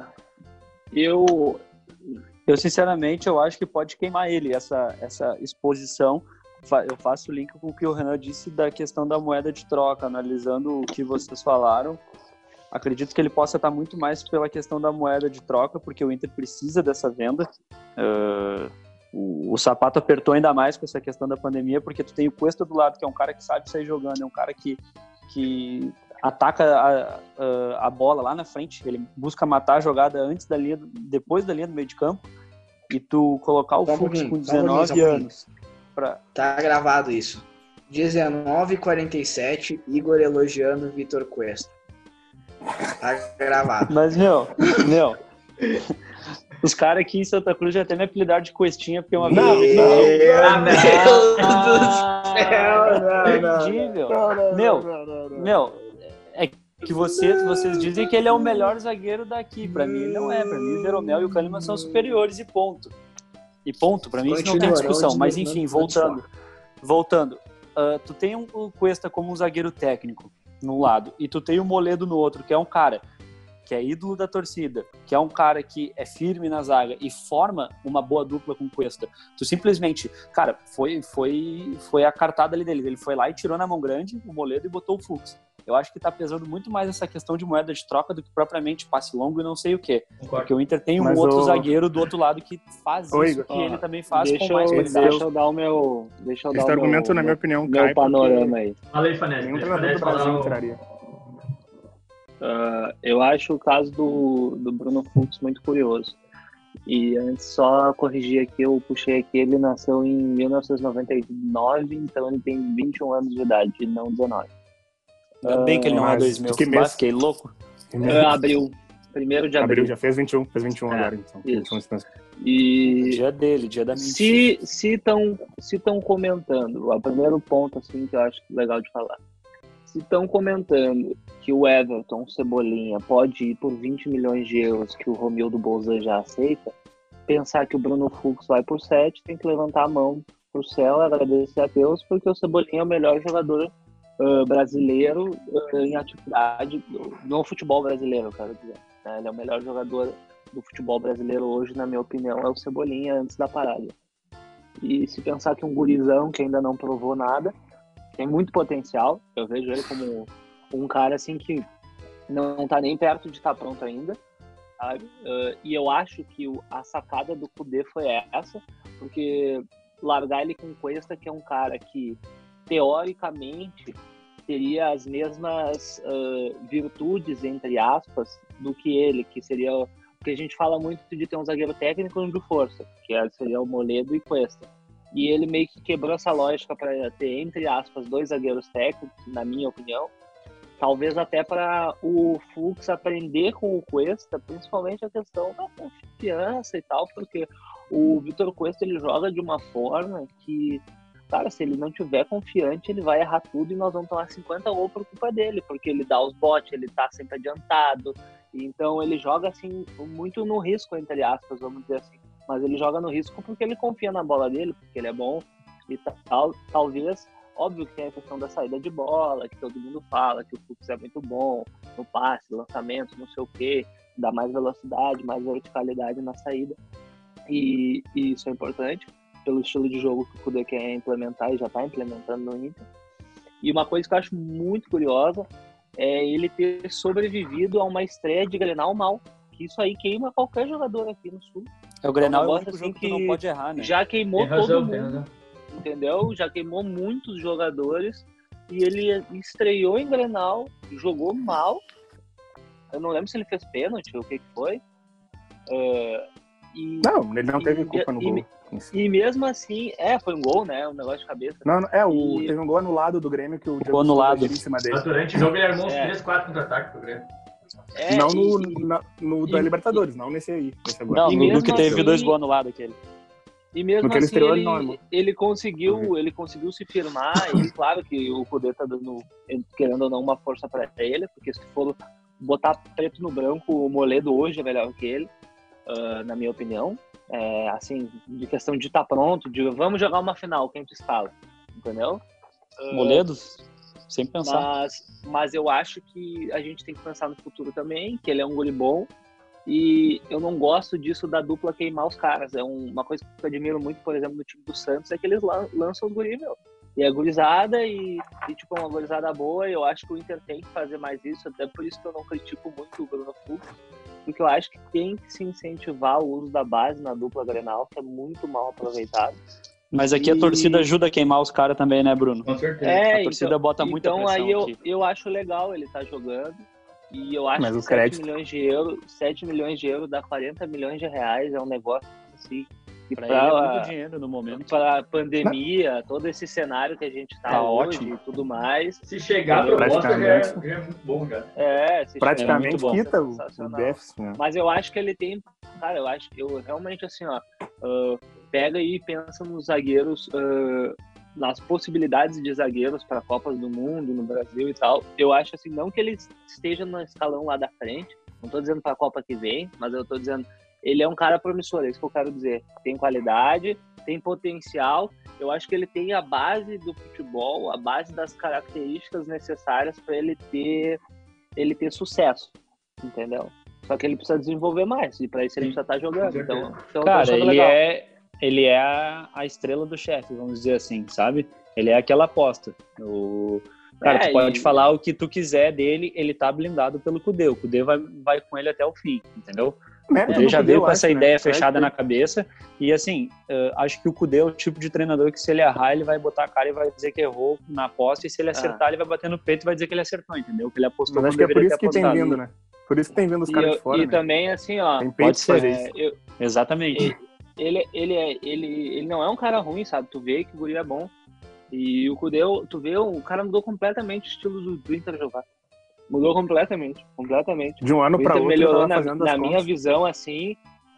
eu, eu sinceramente eu acho que pode queimar ele essa essa exposição. Eu faço o link com o que o Renan disse da questão da moeda de troca, analisando o que vocês falaram. Acredito que ele possa estar muito mais pela questão da moeda de troca, porque o Inter precisa dessa venda. Uh, o, o Sapato apertou ainda mais com essa questão da pandemia, porque tu tem o Cuesta do lado, que é um cara que sabe sair jogando, é um cara que, que ataca a, a, a bola lá na frente, ele busca matar a jogada antes da linha, depois da linha do meio de campo, e tu colocar o Fux com dezenove anos... Pra... Tá gravado isso. dezenove e quarenta e sete, Igor elogiando Vitor Cuesta. Tá gravado. Mas, meu, meu, os caras aqui em Santa Cruz já até me apelidaram de Cuestinha, porque uma vez... Não, eu... meu Deus ah, do céu! Não, meu, meu, é que vocês, vocês dizem que ele é o melhor zagueiro daqui. Pra mim, ele não é. Pra mim, o Jeromel e o Kahneman são superiores e ponto. E ponto, pra mim isso não tem discussão, mas enfim, voltando, voltando, uh, tu tem um, o Cuesta como um zagueiro técnico num lado, e tu tem o Moledo no outro, que é um cara que é ídolo da torcida, que é um cara que é firme na zaga e forma uma boa dupla com o Cuesta. Tu simplesmente, cara, foi, foi, foi a cartada ali dele, ele foi lá e tirou na mão grande o Moledo e botou o Fux. Eu acho que tá pesando muito mais essa questão de moeda de troca do que propriamente passe longo e não sei o quê. Porque o Inter tem um Mas outro o... zagueiro do outro lado que faz Oi, isso, que ó, ele também faz com mais qualidade. Deixa eu dar o meu... Deixa eu Esse dar argumento, meu, na minha opinião, meu cai panorama aí. Fala aí, Fanese. Nenhum treinador do Brasil entraria. Uh, eu acho o caso do, do Bruno Fux muito curioso. E antes, só corrigir aqui, eu puxei aqui, ele nasceu em mil novecentos e noventa e nove, então ele tem vinte e um anos de idade, não dezenove. Ainda bem que ele não é dois mil. Que mês? Fiquei louco. Uh, abril. Primeiro de abril. Abril, já fez vinte e um, fez vinte e um é, agora, então. Isso. vinte e um, e dia dele, dia da mentira. Se se estão se estão comentando, o primeiro ponto assim que eu acho legal de falar. Se estão comentando que o Everton, o Cebolinha, pode ir por vinte milhões de euros, que o Romildo Bolzan já aceita, pensar que o Bruno Fux vai por sete, tem que levantar a mão pro céu e agradecer a Deus, porque o Cebolinha é o melhor jogador Uh, brasileiro uh, em atividade no futebol brasileiro, eu quero dizer. Né? Ele é o melhor jogador do futebol brasileiro hoje, na minha opinião, é o Cebolinha antes da parada. E se pensar que um gurizão que ainda não provou nada, tem muito potencial, eu vejo ele como um cara assim que não tá nem perto de estar pronto ainda, sabe? Uh, e eu acho que o, a sacada do Kudê foi essa, porque largar ele com o Cuesta, que é um cara que teoricamente teria as mesmas uh, virtudes, entre aspas, do que ele, que seria, porque a gente fala muito de ter um zagueiro técnico e um de força, que seria o Moledo e Cuesta. E ele meio que quebrou essa lógica para ter, entre aspas, dois zagueiros técnicos, na minha opinião, talvez até para o Fux aprender com o Cuesta, principalmente a questão da confiança e tal, porque o Vitor Cuesta, ele joga de uma forma que, cara, se ele não tiver confiante, ele vai errar tudo e nós vamos tomar cinquenta gols por culpa dele, porque ele dá os botes, ele tá sempre adiantado, então ele joga assim, muito no risco, entre aspas, vamos dizer assim, mas ele joga no risco porque ele confia na bola dele, porque ele é bom e tal, talvez, óbvio que tem a questão da saída de bola, que todo mundo fala, que o Fux é muito bom no passe, lançamento, não sei o que, dá mais velocidade, mais verticalidade na saída, e, e isso é importante, pelo estilo de jogo que o Kudê quer implementar e já está implementando no Inter. E uma coisa que eu acho muito curiosa é ele ter sobrevivido a uma estreia de Grenal mal, que isso aí queima qualquer jogador aqui no Sul. É o Grenal, é o único assim jogo que, que não pode errar, né? Já queimou tem razão, todo mundo, entendeu? Já queimou muitos jogadores e ele estreou em Grenal, jogou mal eu não lembro se ele fez pênalti ou o que que foi. Uh, e, não, ele não teve e, culpa no e, gol. E mesmo assim, é, foi um gol, né? Um negócio de cabeça. Não, é, o, e... teve um gol anulado do Grêmio que o Diego anulado em cima dele. Durante o jogo ele armou uns é. três, quatro contra-ataques pro Grêmio. É, não no, e, na, no e, da Libertadores, e, não nesse aí. Nesse agora. Não, no que teve assim, dois gols anulados aquele. E mesmo no assim, ele, ele, ele, conseguiu, uhum. ele conseguiu se firmar. E claro que o Cudê tá dando, querendo ou não, uma força para ele, porque se for botar preto no branco, o Moledo hoje é melhor que ele, uh, na minha opinião. É, assim, de questão de estar tá pronto, de vamos jogar uma final, quem tu escala, entendeu? Moledo, uh, sem pensar. Mas, mas eu acho que a gente tem que pensar no futuro também, que ele é um guri bom, e eu não gosto disso da dupla queimar os caras. É um, uma coisa que eu admiro muito, por exemplo, no time do Santos, é que eles lançam os guris, meu. E é gurizada e, e tipo, uma gurizada boa, e eu acho que o Inter tem que fazer mais isso, até por isso que eu não critico muito o Bruno Fux, porque eu acho que tem que se incentivar o uso da base na dupla Grenal, que é muito mal aproveitado. Mas aqui e... a torcida ajuda a queimar os caras também, né, Bruno? Com certeza. É, a torcida então, bota muita então pressão aí eu, aqui. eu acho legal ele estar tá jogando, e eu acho Mas que o sete crédito... milhões de euros, sete milhões de euros dá quarenta milhões de reais, é um negócio assim... E pra, pra ele é muito dinheiro no momento. Para pandemia, não. Todo esse cenário que a gente tá, tá hoje ótimo. E tudo mais. Se chegar a proposta, já é, já é muito bom, já. É, se praticamente chegar, quita o, o déficit. Né? Mas eu acho que ele tem... Cara, eu acho que eu realmente, assim, ó... Uh, pega aí e pensa nos zagueiros... Uh, nas possibilidades de zagueiros para Copas do Mundo, no Brasil e tal. Eu acho, assim, não que ele esteja no escalão lá da frente. Não tô dizendo para a Copa que vem, mas eu tô dizendo... Ele é um cara promissor, é isso que eu quero dizer. Tem qualidade, tem potencial. Eu acho que ele tem a base do futebol, a base das características necessárias para ele ter, ele ter sucesso, entendeu? Só que ele precisa desenvolver mais, e para isso ele precisa estar jogando. Então, então cara, ele legal. é, ele é a, a estrela do chefe, vamos dizer assim, sabe? Ele é aquela aposta. O... Cara, é, tu pode e... falar o que tu quiser dele, ele tá blindado pelo Cudê. O Cudê vai, vai com ele até o fim, entendeu? O Cudê já veio com essa acho, ideia né? fechada é, na cabeça. E assim, uh, acho que o Cudê é o tipo de treinador que se ele errar, ele vai botar a cara e vai dizer que errou na aposta. E se ele acertar, ah. ele vai bater no peito e vai dizer que ele acertou, entendeu? Que ele apostou. Mas acho que é por isso que tem vindo, né? Por isso que tem vindo os caras eu, de fora, E né? também, assim, ó... Tem pode ser é, isso. Eu, Exatamente. Ele, ele, é, ele, ele não é um cara ruim, sabe? Tu vê que o guri é bom. E o Cudê, tu vê, o cara mudou completamente o estilo do, do Inter jogar. Mudou completamente, completamente. De um ano para outro, melhorou na, na minha visão, assim.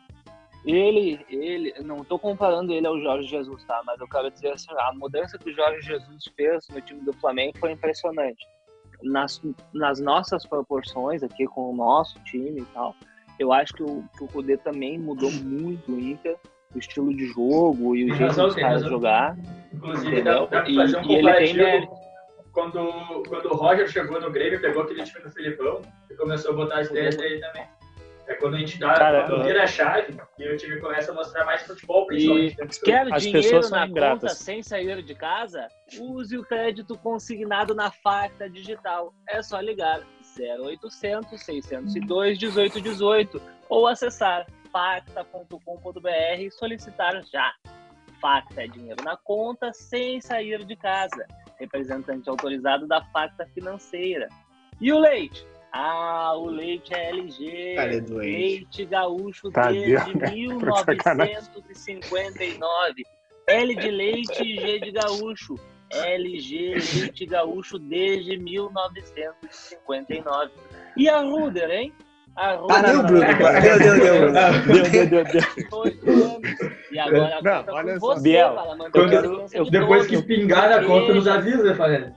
Ele, ele, não tô comparando ele ao Jorge Jesus, tá? Mas eu quero dizer assim, a mudança que o Jorge Jesus fez no time do Flamengo foi impressionante. Nas, nas nossas proporções aqui com o nosso time e tal, eu acho que o, que o Cudê também mudou muito o Inter, o estilo de jogo e o jeito dos caras jogar. Inclusive, dá, dá pra fazer um e, comparativo. E ele tem, quando, quando o Roger chegou no Grêmio, pegou aquele time do Filipão e começou a botar as ideias dele também. É quando a gente dá, Cara, quando vira a chave e o time começa a mostrar mais futebol, principalmente. E quer as dinheiro pessoas na ingratas. Conta sem sair de casa? Use o crédito consignado na Facta Digital. É só ligar zero oitocentos, seiscentos e dois, dezoito dezoito ou acessar facta ponto com ponto br e solicitar já. Facta é dinheiro na conta sem sair de casa. Representante autorizado da Facta Financeira. E o leite? Ah, o leite é L G. Cara, é leite gaúcho tá desde mil novecentos e cinquenta e nove. L de leite e G de gaúcho. L G Leite Gaúcho desde mil novecentos e cinquenta e nove. E a Ruder, hein? A Ruder, ah, deu, Bruno. Deu, deu, deu. Deu, deu, deu, deu. E agora não, conta olha com só. você, Biel, para manter quando, a distância eu, de depois todos. que pingar na conta, nos avisa, né, Fabiano?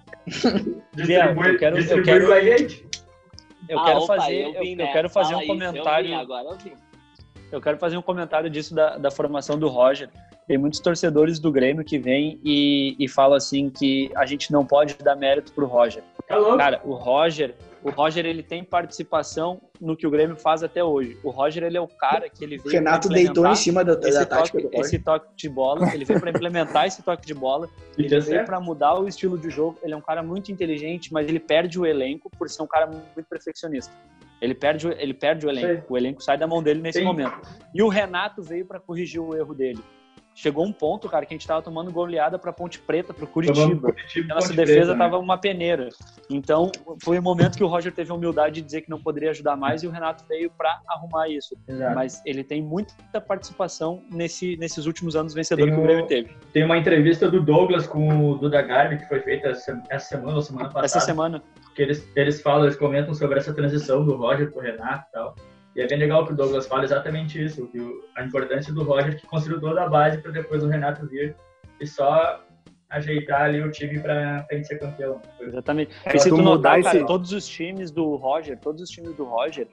Biel, eu quero, eu quero, com a gente. eu Ah, quero opa, fazer, eu, eu, vim, eu né? quero fazer Fala um isso, comentário. Eu vim, agora eu vim. Eu quero fazer um comentário disso da, da formação do Roger. Tem muitos torcedores do Grêmio que vêm e, e falam assim que a gente não pode dar mérito pro Roger. Tá louco. Cara, o Roger, o Roger ele tem participação no que o Grêmio faz até hoje. O Roger ele é o cara que ele veio. O Renato deitou em cima da, esse da toque, tática do Roger. Esse toque de bola, ele veio para implementar esse toque de bola. Ele veio para mudar o estilo de jogo. Ele é um cara muito inteligente, mas ele perde o elenco por ser um cara muito perfeccionista. Ele perde, ele perde o elenco. Sim. O elenco sai da mão dele nesse Sim. momento. E o Renato veio para corrigir o erro dele. chegou um ponto, cara, que a gente tava tomando goleada pra Ponte Preta, pro Curitiba. Curitiba a nossa Ponte defesa Preta, tava né? uma peneira. Então, foi um momento que o Roger teve a humildade de dizer que não poderia ajudar mais e o Renato veio pra arrumar isso. Exato. Mas ele tem muita participação nesse, nesses últimos anos vencedores Tem que o o- Grêmio teve. Tem uma entrevista do Douglas com o Duda Garbi, que foi feita essa essa semana ou semana passada. Essa semana. Que eles, eles falam, eles comentam sobre essa transição do Roger pro Renato e tal. E é bem legal que o Douglas fala exatamente isso, que o, a importância do Roger, que construiu toda a base para depois o Renato vir e só ajeitar ali o time para a gente ser campeão. Exatamente. É, e se tu tu notar, mudar cara, esse- todos os times do Roger, todos os times do Roger,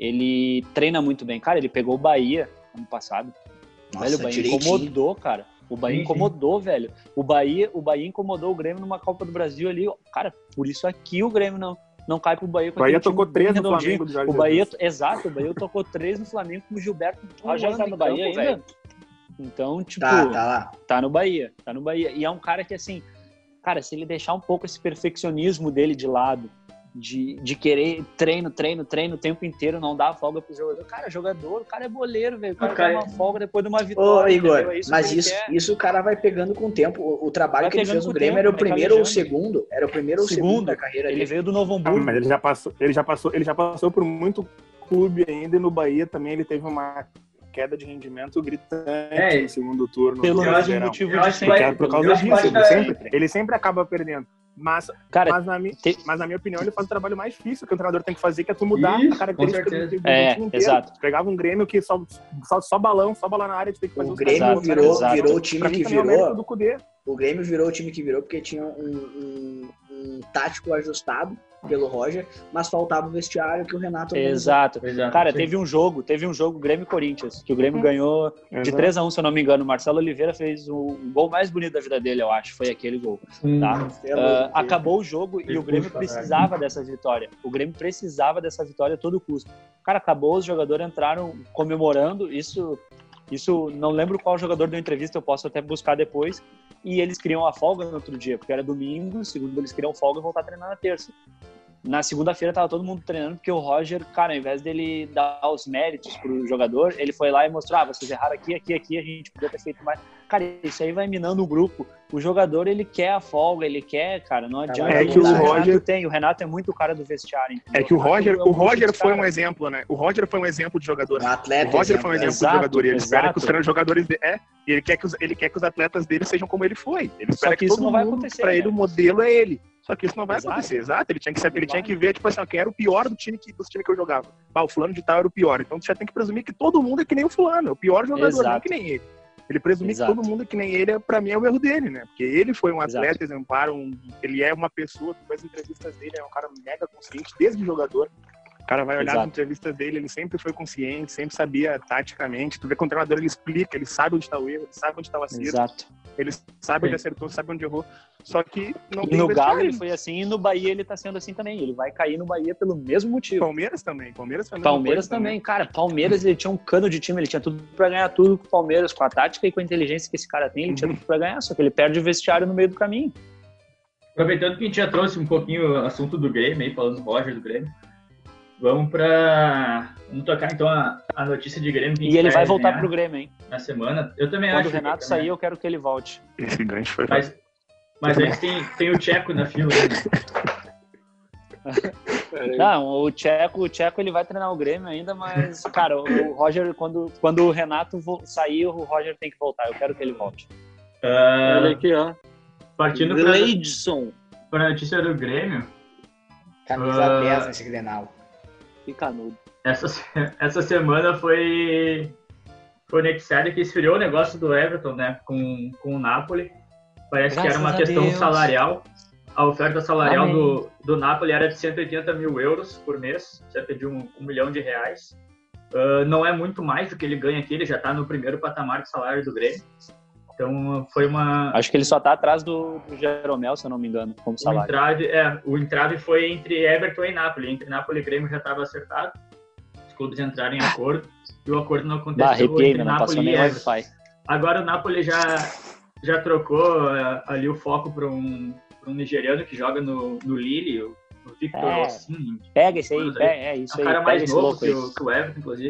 ele treina muito bem. Cara, ele pegou o Bahia ano passado. Nossa, velho, o Bahia direitinho. incomodou, cara. O Bahia Sim, sim. incomodou, velho. O Bahia, o Bahia incomodou o Grêmio numa Copa do Brasil ali. ó. Cara, por isso aqui o Grêmio não, não cai pro Bahia. O Bahia aquele time tocou três bem no redondinho. Flamengo do Jorge O Bahia, Jesus. exato, o Bahia tocou três no Flamengo com o Gilberto. O Roger tá voando no em Bahia campo, ainda? velho. Então, tipo, Tá, tá lá. tá no Bahia, tá no Bahia. E é um cara que, assim, cara, se ele deixar um pouco esse perfeccionismo dele de lado, de, de querer treino, treino, treino o tempo inteiro, não dar folga pro jogador. Cara, jogador, o cara é boleiro, velho. O cara O cara quer uma folga depois de uma Ô, vitória. Igor, entendeu? É isso mas que ele isso, quer. isso o cara vai pegando com o tempo. O, o trabalho Vai que ele pegando fez com no o Grêmio tempo, era o vai primeiro ou o calejando. segundo. Era o primeiro ou o segundo Segundo. da carreira Ele dele. veio do Novo Ah, Hamburgo. mas ele já passou, ele já passou, ele já passou por muito clube ainda e no Bahia também ele teve uma queda de rendimento gritante É, no segundo turno. Pelo do eu mesmo acho- Brasileirão. motivo eu de acho que sempre. Que é por eu causa acho que disso, vai ele dar- sempre, ele sempre acaba perdendo. Mas, Cara, mas, na, mi- te- mas na minha opinião ele faz o trabalho mais difícil que o treinador tem que fazer, que é tu mudar Isso, a característica com do, do, certeza. do É, time inteiro. exato. Tu pegava um Grêmio que só, só, só balão, só bola na área, tu tem que fazer O os Grêmio caras- virou, exato. virou o time Pra mim que também é o mérito virou. do Cudê. O Grêmio virou o time que virou porque tinha um, um- um tático ajustado pelo Roger, mas faltava o vestiário que o Renato organizou. Exato. Exato, Cara, sim. teve um jogo, teve um jogo Grêmio e Corinthians, que o Grêmio Hum. ganhou de Exato. três a um, se eu não me engano. O Marcelo Oliveira fez o gol mais bonito da vida dele, eu acho. Foi aquele gol. Hum, Tá? É Ah, louco. acabou o jogo e o Grêmio Puxa, precisava dessa vitória. O Grêmio precisava dessa vitória a todo custo. Cara, acabou, os jogadores entraram comemorando. Isso, isso não lembro qual jogador deu entrevista, eu posso até buscar depois. E eles queriam a folga no outro dia, porque era domingo, segundo eles queriam folga e voltar a treinar na terça. Na segunda-feira tava todo mundo treinando, porque o Roger, cara, ao invés dele dar os méritos pro jogador, ele foi lá e mostrou, ah, vocês erraram aqui, aqui, aqui, a gente podia ter feito mais. Cara, isso aí vai minando o grupo. O jogador, ele quer a folga, ele quer, cara, não adianta. É ele que o dar. Roger- Renato tem, o Renato é muito o cara do vestiário. entendeu? É que o Roger, Renato é o um Roger desses foi um caras. exemplo, né? O Roger foi um exemplo de jogador. Um O atleta. Roger exemplo, foi um né? exemplo Exato, de jogador. E ele espera exato. que os treinos- jogadores de, é, e ele quer que os, ele quer que os atletas dele sejam como ele foi. Ele Só espera que que, isso todo não vai mundo, acontecer, pra né? ele o modelo é ele. Só que isso não vai Exato. acontecer, exato. Ele tinha que, Não ele tinha vai. que ver, tipo assim, ó, quem era o pior do time que, dos times que eu jogava. Ah, o fulano de tal era o pior. Então tu já tem que presumir que todo mundo é que nem o fulano, é o pior jogador, Exato. não é que nem ele. Ele presumir Exato. que todo mundo é que nem ele, pra mim é o erro dele, né? Porque ele foi um Exato. atleta exemplar, um, ele é uma pessoa que faz entrevistas dele, é um cara mega consciente, desde jogador. O cara vai olhar Exato. as entrevistas dele, ele sempre foi consciente, sempre sabia taticamente. Tu vê que o treinador ele explica, ele sabe onde está o erro, ele sabe onde está o acerto, Exato. ele sabe onde Sim. acertou, sabe onde errou. Só que não E tem no vestiário. Galo ele foi assim, e no Bahia ele tá sendo assim também. Ele vai cair no Bahia pelo mesmo motivo. Palmeiras também, Palmeiras foi a mesma Palmeiras coisa também, cara, Palmeiras ele tinha um cano de time, ele tinha tudo pra ganhar tudo com o Palmeiras, com a tática e com a inteligência que esse cara tem, ele tinha Uhum. tudo pra ganhar, só que ele perde o vestiário no meio do caminho. Aproveitando que a gente já trouxe um pouquinho o assunto do Grêmio, aí, falando do Roger do Grêmio, vamos para vamos tocar então a, a notícia de Grêmio. que a E gente ele vai voltar ganhar pro Grêmio, hein? na semana. Eu também Quando acho. o Renato que sair, também. eu quero que ele volte. Esse gancho foi Mas, mas antes tem, tem o Tcheco na fila. Né? Não, o Tcheco, o Tcheco ele vai treinar o Grêmio ainda, mas, cara, o Roger, quando, quando o Renato vo- sair, o Roger tem que voltar, eu quero que ele volte. Ah, Olha aqui, ó. partindo para Gleidson. a notícia do Grêmio, Camisa Ah. dez nesse Grenal. Que canudo. essa, se- essa semana foi, foi noticiado que esfriou o negócio do Everton, né, com, com o Napoli. Parece que era Graças uma a questão Deus. salarial. A oferta salarial Amém. do, do Napoli era de cento e oitenta mil euros por mês, cerca de um, um milhão de reais. Ah, não é muito mais do que ele ganha aqui, ele já está no primeiro patamar de salário do Grêmio. Então foi uma... Acho que ele só tá atrás do, do Jeromel, se eu não me engano, como O salário. entrave, é, o entrave foi entre Everton e Napoli. Entre Napoli e Grêmio já estava acertado. Os clubes entraram em acordo e o acordo não aconteceu. Bah, arrepiei, entre meu, não Napoli passou e nem o Everton. Wi-Fi. Agora o Napoli já, já trocou é, ali o foco para um, pra um nigeriano que joga no, no Lille, o, o Victor É. Osimhen. Pega esse aí, Todos pega, é isso É um aí, cara pega mais esse novo louco que aí. o, que o Everton, inclusive.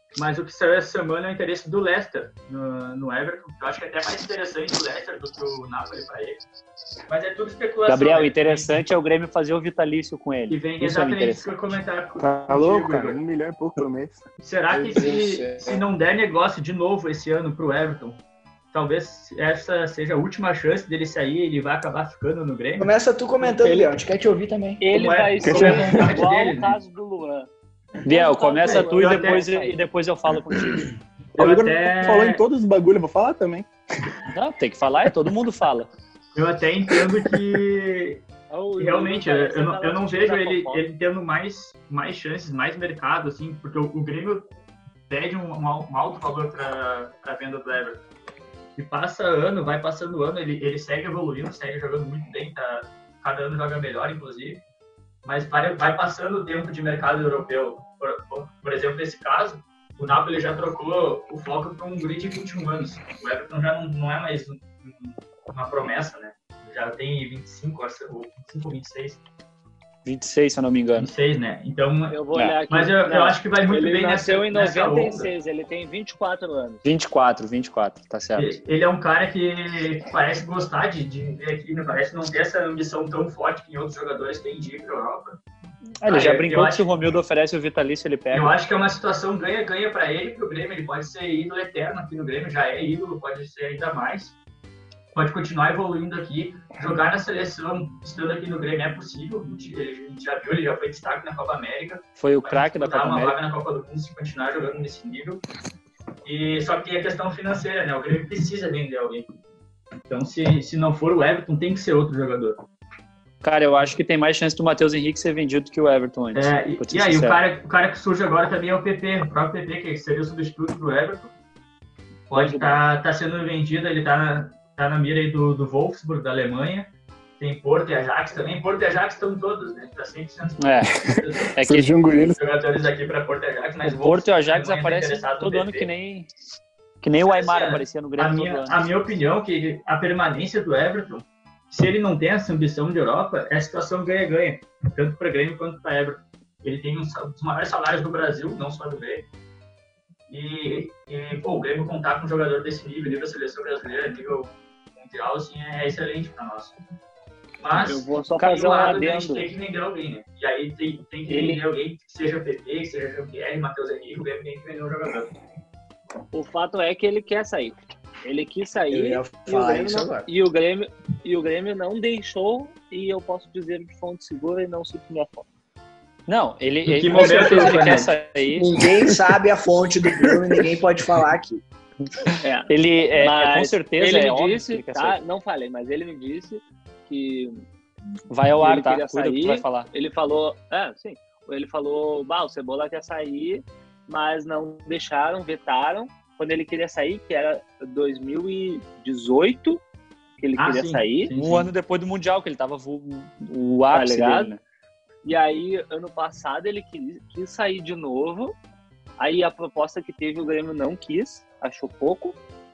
Mas o que saiu essa semana é o interesse do Leicester no, no Everton. Eu acho que é até mais interessante o Leicester do que o Napoli para ele. Mas é tudo especulação. Gabriel, o né? interessante é o Grêmio fazer o vitalício com ele. E vem Isso é exatamente isso que eu comentar com Tá louco, cara? Um milhão e pouco por mês. Será que se, se não der negócio de novo esse ano pro Everton, talvez essa seja a última chance dele sair e ele vai acabar ficando no Grêmio? Começa tu comentando, Leão. A gente quer te ouvir também. Ele Como é? vai Como ser é a vontade igual dele, o né? caso do Luan. Biel, começa tu e Eu depois, até- e depois eu falo contigo. O Eu Igor até, falou em todos os bagulhos, eu vou falar também. Não, tem que falar, é todo mundo fala. eu até entendo que O realmente Igor eu, parece eu não, aquela eu não tia vejo da ele, fofoca. ele tendo mais, mais chances, mais mercado, assim, porque o, o Grêmio pede um, um al- um alto valor para a venda do Everton. E passa ano, vai passando ano, ele, ele segue evoluindo, segue jogando muito bem, tá, cada ano joga melhor, inclusive. Mas vai, vai passando o tempo de mercado europeu. Por, por, por exemplo, nesse caso, o Napoli já trocou o foco para um guri de vinte e um anos. O Everton já não, não é mais um, um, uma promessa, né? Já tem vinte e cinco, ou vinte e cinco ou vinte e seis. vinte e seis, se eu não me engano. vinte e seis, né? Então, Eu vou É. olhar aqui. mas eu, eu Não, acho que vai muito ele bem nasceu nessa, em nessa noventa e onda. seis, ele tem vinte e quatro anos. vinte e quatro, vinte e quatro, tá certo. Ele, ele é um cara que, que parece gostar de, de viver aqui, né? Parece não ter essa ambição tão forte que outros jogadores têm de ir para a Europa. Ah, ele Ah, já eu- brincou eu que acho- se o Romildo oferece o vitalício, ele pega. Eu acho que é uma situação ganha-ganha para ele e para o Grêmio. Ele pode ser ídolo eterno aqui no Grêmio, já é ídolo, pode ser ainda mais. Pode continuar evoluindo aqui. Jogar na seleção, estando aqui no Grêmio, é possível. A gente, a gente já viu, ele já foi destaque na Copa América. Foi o Vai craque da disputar Copa uma América. vaga na Copa do Mundo se continuar jogando nesse nível. E, só que tem a questão financeira, né? O Grêmio precisa vender alguém. Então, se, se não for o Everton, tem que ser outro jogador. Cara, eu acho que tem mais chance do Matheus Henrique ser vendido que o Everton antes. É, e, vou ser e aí, o sincero. cara, o cara que surge agora também é o P P, o próprio P P, que seria o substituto do Everton. Pode estar tá, tá sendo vendido, ele está na, tá na mira aí do, do Wolfsburg, da Alemanha. Tem Porto e Ajax também. Porto e Ajax estão todos, né? Está cem por cento É, é que Surgiu um guri. jogadores aqui para Porto e Ajax, mas o Porto e o Wolfsburg Ajax também tá aparecem interessado no todo P P. ano que nem, que nem o Aimar Assim, aparecia no A Grêmio todo minha, ano. a minha opinião é que a permanência do Everton, se ele não tem essa ambição de Europa, é a situação ganha-ganha, tanto para Grêmio quanto para Everton. Ele tem um dos maiores salários do Brasil, não só do Grêmio. E, e pô, o Grêmio contar com um jogador desse nível, nível seleção brasileira, nível mundial, assim, é excelente para nós. Mas, Eu vou só por fazer um lado, a gente adendo. tem que vender alguém, né? E aí tem, tem que Ele- vender alguém que seja P P, que seja Jean-Pierre, Matheus Henrique, o Grêmio tem que vender um jogador. O fato é que ele quer sair. Ele quis Eu sair ia e o, falar Grêmio isso não, agora. e, o Grêmio, e o Grêmio não deixou, e eu posso dizer de fonte segura e não cito minha fonte. Não, ele, Em que ele com momento, certeza ele quer Fernando? sair. Ninguém sabe a fonte do Bruno e ninguém pode falar aqui. É. Ele é, é, com Mas certeza ele é me óbvio que disse, ele quer tá? sair. Não falei, mas ele me disse que Vai ao ar, ele tá? queria Cuida do que tu sair. vai falar. ele falou, é, sim, ele falou, bah, o Cebola quer sair, mas não deixaram, vetaram, quando ele queria sair, que era dois mil e dezoito, que ele Ah, queria sim, sair, sim, Um sim. ano depois do Mundial, que ele tava vo- o ápice ligado? dele, né? e aí, ano passado, ele quis, quis sair de novo, aí a proposta que teve, o Grêmio não quis, achou pouco,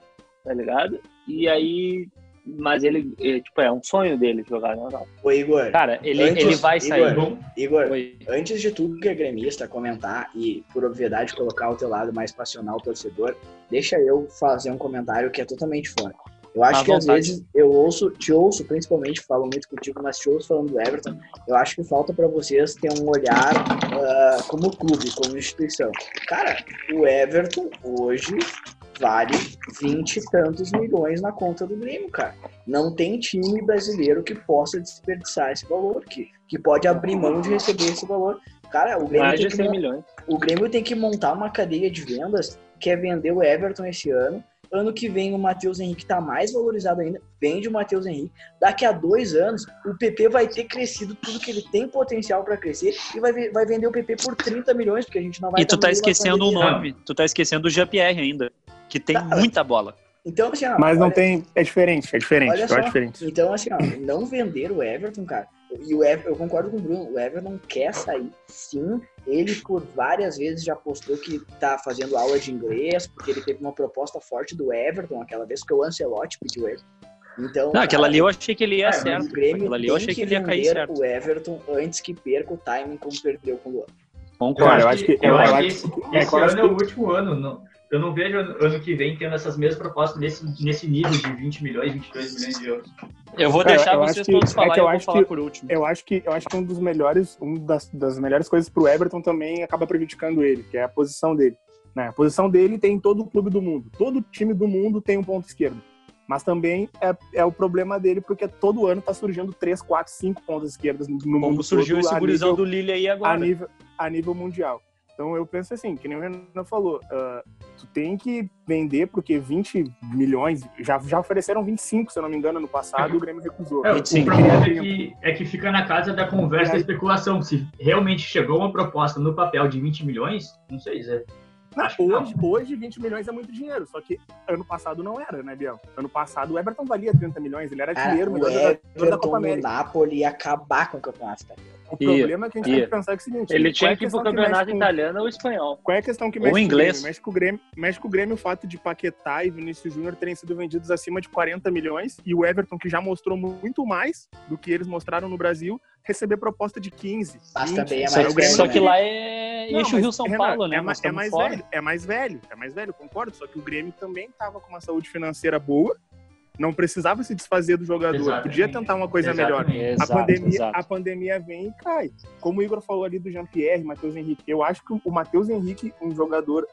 tá ligado? E aí, mas ele, é, tipo, é um sonho dele jogar na Europa. Ô, Igor, Cara, ele, Antes- ele vai sair. Igor, Igor, Oi. antes de tudo que é gremista comentar e, por obviedade, colocar o teu lado mais passional torcedor, deixa eu fazer um comentário que é totalmente fora. Eu acho À que às vontade. vezes eu ouço, te ouço, principalmente, falo muito contigo, mas te ouço falando do Everton. Eu acho que falta para vocês ter um olhar ah, como clube, como instituição. Cara, o Everton hoje vale vinte e tantos milhões na conta do Grêmio, cara. Não tem time brasileiro que possa desperdiçar esse valor, que, que pode abrir mão de receber esse valor. Cara, o Grêmio, Mais tem de que, cem mon- milhões. o Grêmio tem que montar uma cadeia de vendas, que é vender o Everton esse ano. Ano que vem o Matheus Henrique tá mais valorizado ainda, vende o Matheus Henrique. Daqui a dois anos, o P P vai ter crescido tudo que ele tem potencial para crescer e vai, ve- vai vender o P P por trinta milhões, porque a gente não vai E tu no tá meio da esquecendo o pandemia. nome. Tu tá esquecendo o Jean-Pierre ainda, que tem Tá. muita bola. Então, assim, ó, Mas não olha- tem. É diferente, é diferente. Olha Eu só, acho diferente. então assim, ó, não vender o Everton, cara. E o Everton, eu concordo com o Bruno, o Everton quer sair, sim. Ele por várias vezes já postou que tá fazendo aula de inglês, porque ele teve uma proposta forte do Everton, aquela vez que o Ancelotti pediu ele. Então, Não, aquela cara, ali eu achei que ele ia É, certo. o Grêmio Aquela ali eu tem achei que que ele ia cair vender certo. o Everton antes que perca o timing como perdeu com o Luan. Concordo. Eu acho que, eu eu acho que acho esse, que- esse eu acho ano é o que- último ano. Não, eu não vejo ano que vem tendo essas mesmas propostas nesse, nesse nível de vinte milhões, vinte e dois milhões de euros. Eu vou Cara, deixar eu vocês acho que- todos é falar que e eu eu vou acho falar que- por último. Eu acho que eu acho que um dos melhores, um das, das melhores coisas pro Everton também acaba prejudicando ele, que é a posição dele. Né? A posição dele tem em todo o clube do mundo. Todo time do mundo tem um ponto esquerdo. Mas também é, é o problema dele, porque todo ano tá surgindo três, quatro, cinco pontas esquerdas no mundo Como surgiu todo, esse a gurizão nível- do Lille aí a agora. nível, a nível mundial. Então eu penso assim, que nem o Renan falou, uh, tu tem que vender porque vinte milhões, já, já ofereceram vinte e cinco, se eu não me engano, no passado, e o Grêmio recusou. É, o vinte e cinco. problema é que, é que fica na casa da conversa da especulação. Se realmente chegou uma proposta no papel de vinte milhões, não sei dizer. Não, Acho que não. hoje, hoje vinte milhões é muito dinheiro, só que ano passado não era, né, Biel? Ano passado o Everton valia trinta milhões, ele era Cara, artilheiro, o melhor jogador da Everton Copa no América. Napoli ia acabar com o campeonato italiano. O Ia, problema é que a gente ia. tem que pensar que é o seguinte... Ele qual é tinha a que ir pro questão campeonato mexe com- italiano ou espanhol. Qual é a questão que Ou mexe com o inglês. Grêmio? Mexe com o Grêmio, mexe com o Grêmio o fato de Paquetá e Vinícius Júnior terem sido vendidos acima de quarenta milhões e o Everton, que já mostrou muito mais do que eles mostraram no Brasil, receber proposta de quinze, Mas vinte. também é Só, mais o Grêmio só velho, que né? lá é Não, eixo mas, Rio-São Renan, Paulo, né? É, Nós ma- é estamos mais fora. velho, é mais velho, é mais velho, concordo. Só que o Grêmio também estava com uma saúde financeira boa, não precisava se desfazer do jogador, Exatamente. podia tentar uma coisa Exatamente. melhor. A Exato, pandemia, exato. a pandemia vem e cai. Como o Igor falou ali do Jean-Pierre, Matheus Henrique, eu acho que o Matheus Henrique, um jogador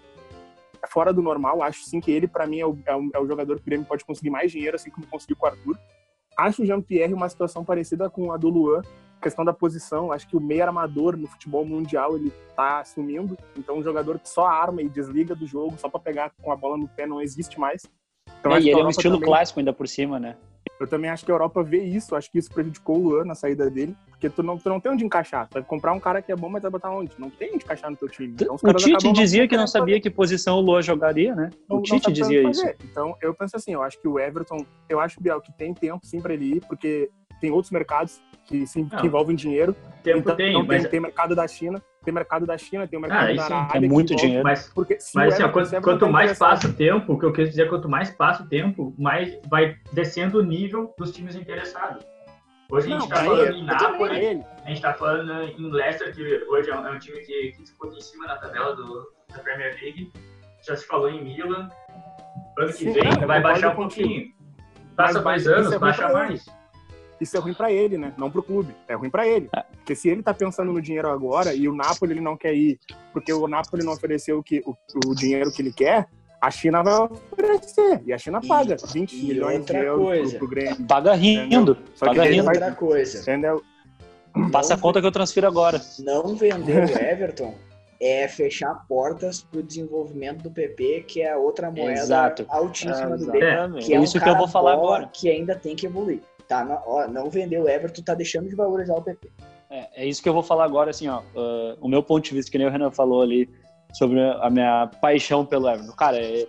fora do normal, acho sim que ele, pra mim, é o, é, o, é o jogador que o Grêmio pode conseguir mais dinheiro, assim como conseguiu com o Arthur. Acho o Jean-Pierre uma situação parecida com a do Luan, questão da posição. Acho que o meio armador no futebol mundial ele tá assumindo, então um jogador que só arma e desliga do jogo só pra pegar com a bola no pé não existe mais. Então, É, acho e que a ele é um Europa estilo também- clássico ainda por cima, né? Eu também acho que a Europa vê isso, acho que isso prejudicou o Luan na saída dele, porque tu não, tu não tem onde encaixar. Tu vai comprar um cara que é bom, mas vai botar onde? Não tem onde encaixar no teu time. Então, os O caras Tite acabam dizia que não querendo sabia que posição o Luan jogaria, né? não- O não Tite sabe dizia fazer. isso. Então, eu penso assim, eu acho que o Everton, eu acho, Biel, que tem tempo sim pra ele ir, porque tem outros mercados que, sim, Não. que envolvem dinheiro. Tempo então, tem, então, mas, tem, tem mercado da China, tem mercado da China, tem o mercado Ah, da isso Arábia. é que muito envolve- dinheiro. mas, Porque se mas o assim, ó, Everton- quanto, se o Everton quanto tá mais interessado- passa o tempo, o que eu quero dizer é quanto mais passa o tempo, mais vai descendo o nível dos times interessados. Hoje a gente Não, está aí, falando eu em também, Napoli, ele. a gente está falando em Leicester, que hoje é um, é um time que, que disputa em cima na tabela do, da Premier League. Já se falou em Milan. Ano que Sim, vem não, eu vai baixar um concordo contigo. pouquinho. Passa Mas dois baixa- anos, isso é ruim baixa pra ele. mais. Isso é ruim pra ele, né? Não pro clube. É ruim pra ele. Porque se ele tá pensando no dinheiro agora e o Napoli ele não quer ir, porque o Napoli não ofereceu o, que, o, o dinheiro que ele quer, a China vai oferecer. E a China paga E- vinte e milhões de outra euros coisa. pro, pro Grêmio. Paga rindo, Entendeu? Só que paga ele rindo. vai- Outra coisa, Entendeu? Passa a conta que eu transfiro agora. não vender o Everton é fechar portas pro desenvolvimento do P P, que é a outra moeda Exato. altíssima do Grêmio, Exatamente. que é um Isso que eu cara vou falar bola agora. que ainda tem que evoluir. Tá, não, ó, não vender o Everton tá deixando de valorizar o P P. É, é isso que eu vou falar agora, assim, ó. uh, o meu ponto de vista, que nem o Renan falou ali, sobre a minha paixão pelo Everton. Cara, é,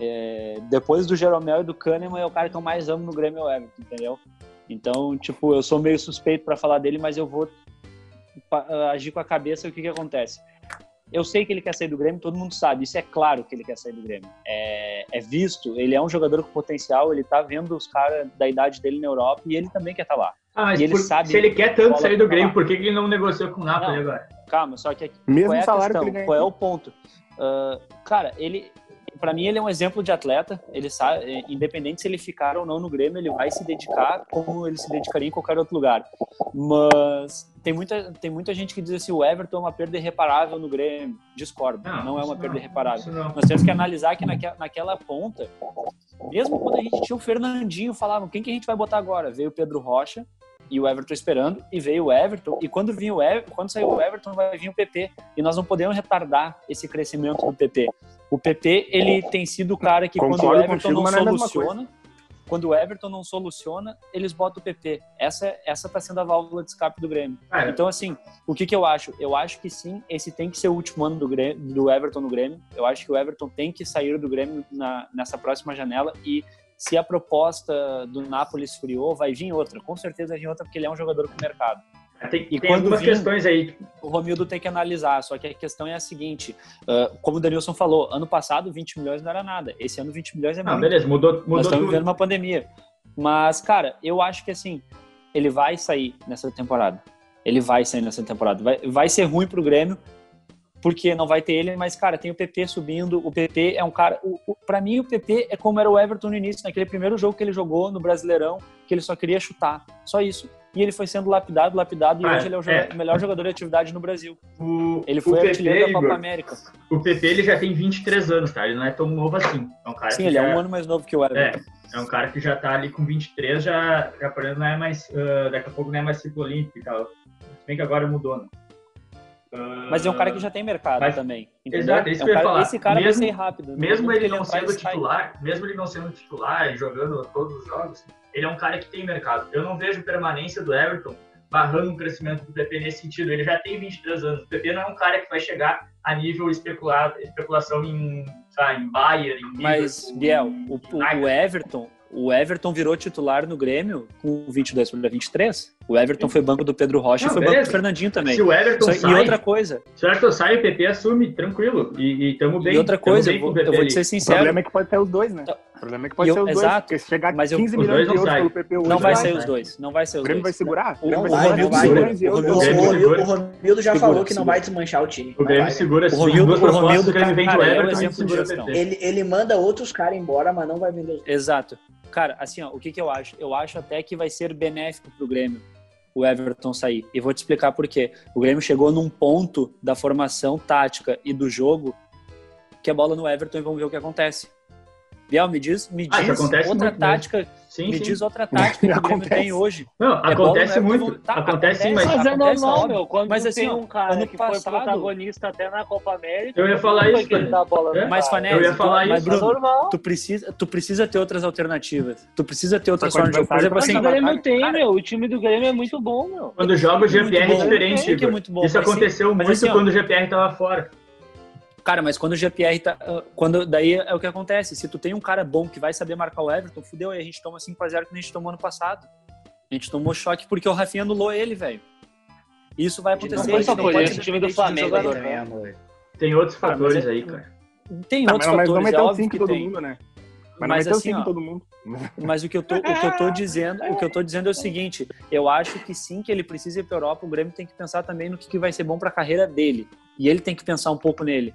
é, depois do Jeromel e do Kahneman, é o cara que eu mais amo no Grêmio, é o Everton, entendeu? Então, tipo, eu sou meio suspeito pra falar dele, mas eu vou pa- agir com a cabeça. E o que que acontece? Eu sei que ele quer sair do Grêmio, todo mundo sabe. Isso é claro que ele quer sair do Grêmio. É, é visto, ele é um jogador com potencial, ele tá vendo os caras da idade dele na Europa e ele também quer estar lá. Ah, mas E ele por- sabe se ele quer tanto bola sair do pra Grêmio, lá. por que que ele não negociou com o Napoli Não. agora? Calma, só que aqui, Mesmo qual é a salário questão? que ele ganha Qual é aqui. o ponto? Uh, cara, ele, pra mim ele é um exemplo de atleta. Ele sabe, independente se ele ficar ou não no Grêmio, ele vai se dedicar como ele se dedicaria em qualquer outro lugar. Mas tem muita, tem muita gente que diz assim, o Everton é uma perda irreparável no Grêmio. Discordo, não, não é uma isso perda não, irreparável. isso não. Nós temos que analisar que naquela, naquela ponta, mesmo quando a gente tinha o Fernandinho, falavam, quem que a gente vai botar agora? Veio o Pedro Rocha e o Everton esperando, e veio o Everton, e quando, vinha o Everton, quando saiu o Everton, vai vir o P P, e nós não podemos retardar esse crescimento do P P. O P P, ele tem sido o cara que quando o Concordo Everton contigo, não mas não é a mesma soluciona, quando o Everton não soluciona, eles botam o P P. Essa, essa tá sendo a válvula de escape do Grêmio. Cara, Então, assim, o que que eu acho? Eu acho que sim, esse tem que ser o último ano do, Grêmio, do Everton no Grêmio. Eu acho que o Everton tem que sair do Grêmio na, nessa próxima janela e se a proposta do Napoli esfriou, vai vir outra. Com certeza vai vir outra, porque ele é um jogador com mercado. tem, e tem quando algumas vir- questões aí. O Romildo tem que analisar, só que a questão é a seguinte, uh, como o Danilson falou, ano passado vinte milhões não era nada, esse ano vinte milhões é Não, muito. beleza, mudou, Nós mudou estamos tudo. vivendo uma pandemia. Mas, cara, eu acho que assim, ele vai sair nessa temporada. Ele vai sair nessa temporada. Vai, vai ser ruim pro Grêmio, porque não vai ter ele, mas, cara, tem o P P subindo, o P P é um cara... O, o, pra mim, o P P é como era o Everton no início, naquele primeiro jogo que ele jogou no Brasileirão, que ele só queria chutar, só isso. E ele foi sendo lapidado, lapidado, e ah, hoje ele é o, joga- é. o melhor jogador de atividade no Brasil. O, ele foi artilheiro da Copa Igor, América. O P P, ele já tem vinte e três anos, tá? Ele não é tão novo assim. É um cara Sim, que ele já... é um ano mais novo que o Everton. É, é um cara que já tá ali com vinte e três, já, já por exemplo, não é mais... Uh, daqui a pouco não é mais ciclo olímpico e tal. Se bem que agora mudou, né? Uh, mas é um cara que já tem mercado mas, também. Entendeu? Exato, é isso é um que eu ia cara, falar. Esse cara mesmo, vai ser rápido. Mesmo ele, ele não sendo titular, sai. mesmo ele não sendo titular e jogando todos os jogos, ele é um cara que tem mercado. Eu não vejo permanência do Everton barrando o crescimento do P P nesse sentido. Ele já tem vinte e três anos. O P P não é um cara que vai chegar a nível especular, especulação em, sabe, em Bayern, em Mas, Biel, o, o, o Everton... O Everton virou titular no Grêmio com vinte e dois para vinte e três. O Everton foi banco do Pedro Rocha não, e foi beleza. banco do Fernandinho também. Se o Everton Só, sai... E outra coisa... Se o Everton sai, o P P assume, tranquilo. E estamos bem. E outra coisa, eu vou, eu vou te ser sincero... O problema é que pode ter os dois, né? O problema é que pode eu, ser os dois. Exato. Porque se chegar mas quinze eu, milhões de euros pelo P P hoje... Não vai ser os dois. Não vai ser os dois. O Grêmio vai segurar? O Romildo segura. O Romildo já falou que não vai desmanchar o time. O Grêmio segura. O Romildo, cara, vende o Everton. Ele manda outros caras embora, mas não vai vender os dois. Exato. Cara, assim, ó, o que que eu acho? Eu acho até que vai ser benéfico pro Grêmio o Everton sair. E vou te explicar por quê. O Grêmio chegou num ponto da formação tática e do jogo que a bola no Everton e vamos ver o que acontece. Biel, me diz, me diz ah, outra tática... Sim, me sim. diz outra tática que o Grêmio tem hoje. Não, é acontece muito. Tá, acontece, acontece, mas, mas é acontece, normal, meu. Quando mas, assim, tem um cara que passado, foi protagonista até na Copa América... Eu ia falar isso, que ele dá a bola é? Mas, Fanese, eu ia falar tu, isso. Mas, Bruno, tu precisa, tu precisa ter outras alternativas. Tu precisa ter outras formas de jogo. Por exemplo, assim... O Grêmio tem, cara, meu. O time do Grêmio é muito bom, meu. Quando joga o G P R é diferente, que é muito bom, isso aconteceu sim, muito assim, quando o G P R tava fora. Cara, mas quando o G P R tá... Quando, daí é o que acontece. Se tu tem um cara bom que vai saber marcar o Everton, fudeu, aí a gente toma cinco a zero que a gente tomou ano passado. A gente tomou choque porque o Rafinha anulou ele, velho. Isso vai acontecer. Não, não pode ser time do Flamengo também, amor. Tem outros cara, fatores é... aí, cara. Tem tá, outros mas, fatores, mas é óbvio que que todo tem. Mundo, né? Mas, mas não assim, ó, todo mundo. Mas o que eu tô, o que eu tô dizendo, o que eu tô dizendo é o seguinte: eu acho que sim, que ele precisa ir para a Europa. O Grêmio tem que pensar também no que, que vai ser bom para a carreira dele. E ele tem que pensar um pouco nele.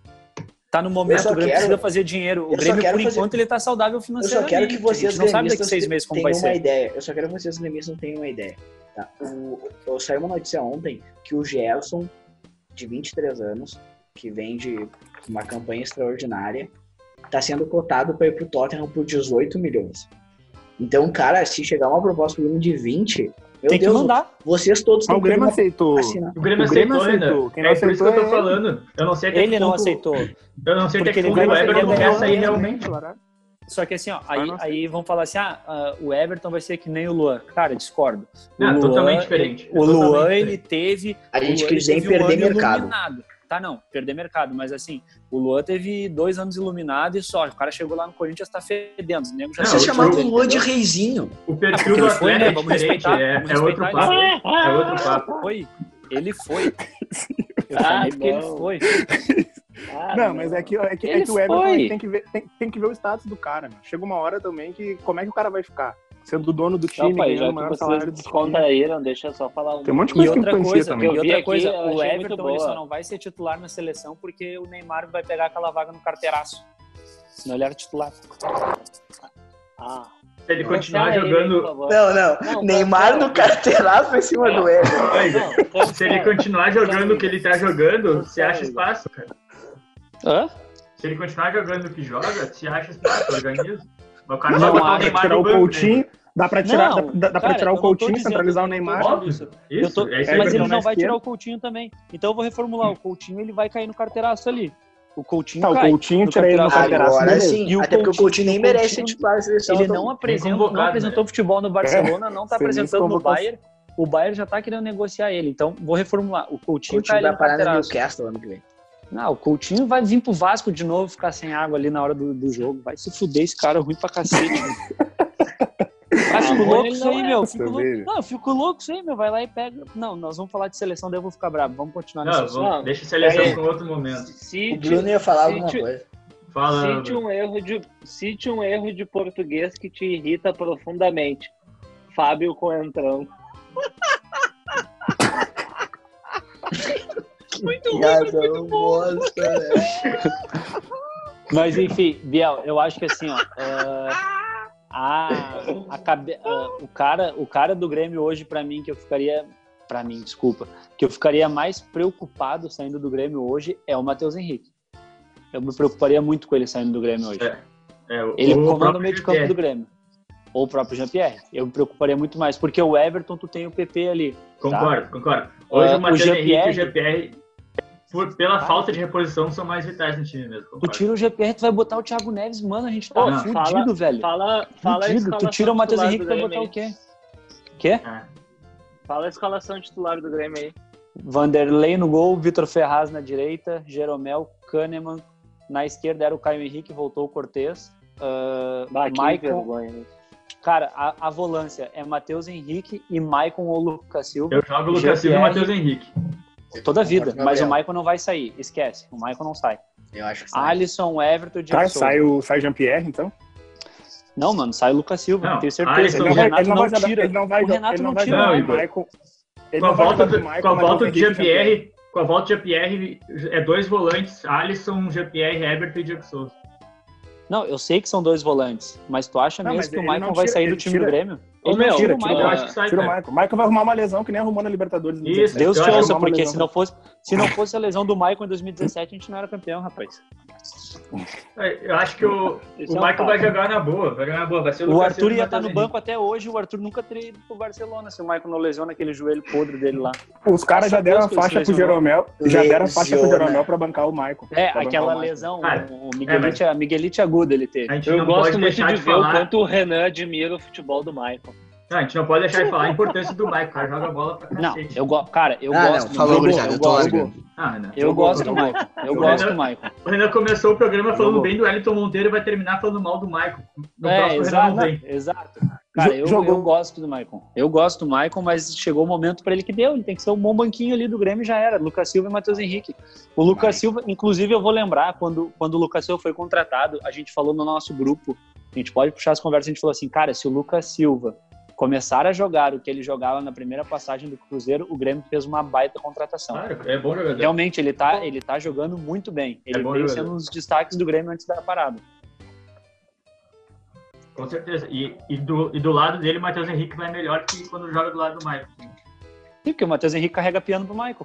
Tá no momento, o Grêmio quero, precisa fazer dinheiro. O Grêmio, por fazer... enquanto, ele tá saudável financeiramente. Eu só quero que vocês não sabe daqui seis meses como vai uma ser. Ideia. Eu só quero que vocês gremistas tenham uma ideia. Tá? O, eu saiu uma notícia ontem que o Gerson, de vinte e três anos, que vem de uma campanha extraordinária, tá sendo cotado para ir pro Tottenham por dezoito milhões. Então, cara, se chegar uma proposta pro Grêmio de vinte... Meu tem Deus, que mandar. Vocês todos têm que... O Grêmio aceitou. Assinar. O Grêmio aceitou ainda. É por isso que eu tô falando. Eu não sei até ele não aceitou. Eu não sei até que ponto o Everton não quer sair realmente. Só que assim, ó, aí, aí vão falar assim, ah, uh, o Everton vai ser que nem o Luan. Cara, discordo. O não, Luan, totalmente diferente. O totalmente Luan, diferente. ele teve... A gente quis dizer um perder mercado. Iluminado. Tá, não, perder mercado, mas assim, o Luan teve dois anos iluminado e só, o cara chegou lá no Corinthians, tá fedendo. Os negros já Você chamava o Luan de reizinho. O perfil do foi, atleta né? é Vamos diferente, respeitar, é, vamos é outro respeitar papo. É outro papo. Foi, ele foi. Eu Ah, falei porque ele não. foi. Ah, não, mas é que, é que, é que o Everton tem que, ver, tem, tem que ver o status do cara, meu. Chega uma hora também que como é que o cara vai ficar? Sendo dono do time, Não, pai, já ganhando o que maior vocês salário do time. descontraíram, deixa eu só falar um... Tem um monte de E coisa que outra influencia coisa, também. e outra aqui, coisa eu o achei Everton muito ele só boa. não vai ser titular na seleção porque o Neymar vai pegar aquela vaga no carteiraço. Senão ele era titular. Ah. Se ele continuar Cancela jogando... ele, por favor. Não, não. Não, Neymar cancela. no carteiraço em cima do Everton. Aí, Não, cancela. se ele continuar jogando o que ele tá jogando, você acha Cancela. espaço, cara. Hã? Se ele continuar jogando o que joga, você acha espaço, organiza. Mas o cara Não, vai botar Dá o pra Neymar tirar no o banco, Coutinho, né? dá pra tirar, Não, dá, dá pra cara, tirar eu o não tô Coutinho, dizendo- centralizar o eu tô Neymar. dizendo Óbvio. isso. Isso, Eu tô- é isso aí mas que eu ele tô não vai esquerda. tirar o Coutinho também. Então eu vou reformular. O Coutinho ele vai cair no carteiraço ali. O Coutinho Tá, o cai. Coutinho no tira ele no carteiraço. carteiraço. Agora beleza. sim, E o até porque o Coutinho- Coutinho nem o merece ser Coutinho- titular da seleção. Ele então- não, apresenta, não convocado, apresentou né? futebol no Barcelona, não tá Sem nem apresentando no convocação. Bayern. O Bayern já tá querendo negociar ele. Então vou reformular. O O Coutinho, Coutinho cai ali vai no parar no carteiraço. Newcastle ano que vem. Não, o Coutinho vai vir pro Vasco de novo, ficar sem água ali na hora do, do jogo. Vai se fuder esse cara, ruim pra cacete. Mano. Ah, fico Ah, louco ele isso não aí, é, meu. Fico você louco. vê. Não, eu fico louco isso aí, meu. Vai lá e pega. Não, nós vamos falar de seleção, daí eu vou ficar bravo. Vamos continuar nesse Não, assunto. vamos, deixa a seleção Aí. para outro momento. O Cite, Bruno ia falar alguma cite- coisa. Fala, cite, um erro de, cite um erro de português que te irrita profundamente. Fábio Coentrão. Muito ruim, Cada mas muito um bom. bosta, velho. Mas enfim, Biel, eu acho que assim, ó, uh, a, a cabe, uh, o, cara, o cara do Grêmio hoje, pra mim, que eu ficaria, pra mim, desculpa, que eu ficaria mais preocupado saindo do Grêmio hoje é o Matheus Henrique. Eu me preocuparia muito com ele saindo do Grêmio hoje. É, é, o, ele o comanda o meio de campo Jean-Pierre. do Grêmio. Ou o próprio Jean-Pierre. Eu me preocuparia muito mais, porque o Everton, tu tem o P P ali. Concordo, tá? concordo. Hoje Uh, o Matheus o Henrique e o Jean-Pierre- Jean-Pierre, por- pela Ah, falta de reposição, são mais vitais no time mesmo. Tu Concordo. tira o G P R, tu vai botar o Thiago Neves, mano, a gente tá Não, fudido, fala, velho. Fala, fala a Fudido. Tu escalação tira o Matheus titular Henrique, do tu vai Grêmio botar aí. o quê? Quê? É. Fala a escalação titular do Grêmio aí. Vanderlei no gol, Vitor Ferraz na direita, Jeromel, Kahneman. Na esquerda era o Caio Henrique, voltou o Cortez. Uh, Bah, que Maicon. vergonha. Cara, a, a volância é Matheus Henrique e Maicon ou Lucas Silva. Eu jogo o Lucas Silva e o Jean-Pierre, Matheus Henrique. Toda a vida, Concordo com o mas o Gabriel. Maicon não vai sair, esquece. O Maicon não sai. Eu acho que sai. Alisson, Everton, Diego Cara, Souza. sai o sai Jean-Pierre, então? Não, mano, sai o Lucas Silva, Não, tenho certeza. Alisson, o Ele não vai- Renato ele não não, vai jogar- tira. ele não vai o jo- Renato ele não não vai tira. jogar Não, com Igor. o Maicon. Ele Com a não vai volta jogar do, com o Maicon, com a mas volta o do Henrique Jean-Pierre, com a volta do Jean-Pierre, é dois volantes, Alisson, Jean-Pierre, Everton e Diego Souza. Não, eu sei que são dois volantes, mas tu acha Não, mas mesmo que o ele Maicon não vai tira- sair do ele time tira- do Grêmio? Ô, Ele meu, não tira o tira, Maicon. Eu acho que sai, Tira o cara. Maicon. O Maicon vai arrumar uma lesão que nem arrumou na Libertadores. Isso. dezessete. Deus Eu te acho ouça, que- porque se não, fosse, se não fosse a lesão do Maicon em dois mil e dezessete, a gente não era campeão, rapaz. Eu acho que o, Esse o é um Michael fato. vai jogar na boa, vai jogar na boa. Vai ser o, O Lucas Arthur Silva e ia o estar no Matheus banco até hoje, o Arthur nunca teria ido pro Barcelona se o Maicon não lesiona aquele joelho podre dele lá. Os caras já Graças a deram a Deus que ele faixa se pro lesionou. Jeromel. Já deram a faixa pro Lesiona. Jeromel pra bancar o Maicon. É, Pra bancar aquela o Maicon. lesão, Cara, o Miguelite, é, a Miguelite aguda ele teve. A gente Eu não gosto pode muito deixar de de ver o falar. quanto o Renan admira o futebol do Maicon. Não, a gente não pode deixar de falar a importância do Michael. O cara joga bola pra Não, cacete. eu gosto, cara, eu Ah, gosto não, do falou, Maicon, gurizada, eu eu tô gosto, largando. Ah, não. eu gosto do Maicon, eu gosto do Maicon. O Renan começou o programa falando Jogou. bem do Wellington Monteiro e vai terminar falando mal do Michael. No É, próximo Renan exato, não vem. exato. Cara, eu, Jogou. eu gosto do Maicon. Eu gosto do Maicon, mas chegou o momento pra ele que deu. Ele tem que ser um bom banquinho ali do Grêmio e já era. Lucas Silva e Matheus Henrique. O Lucas Vai. Silva, inclusive, eu vou lembrar, quando, quando o Lucas Silva foi contratado, a gente falou no nosso grupo, a gente pode puxar as conversas, a gente falou assim, cara, se o Lucas Silva começar a jogar o que ele jogava na primeira passagem do Cruzeiro, o Grêmio fez uma baita contratação. Claro, é bom jogador. Realmente, ele tá, ele tá jogando muito bem. Ele É bom veio jogador. sendo um dos destaques do Grêmio antes da parada. Com certeza. E, e, do, e do lado dele, o Matheus Henrique vai melhor que quando joga do lado do Michael. Sim, porque o Matheus Henrique carrega piano pro Michael.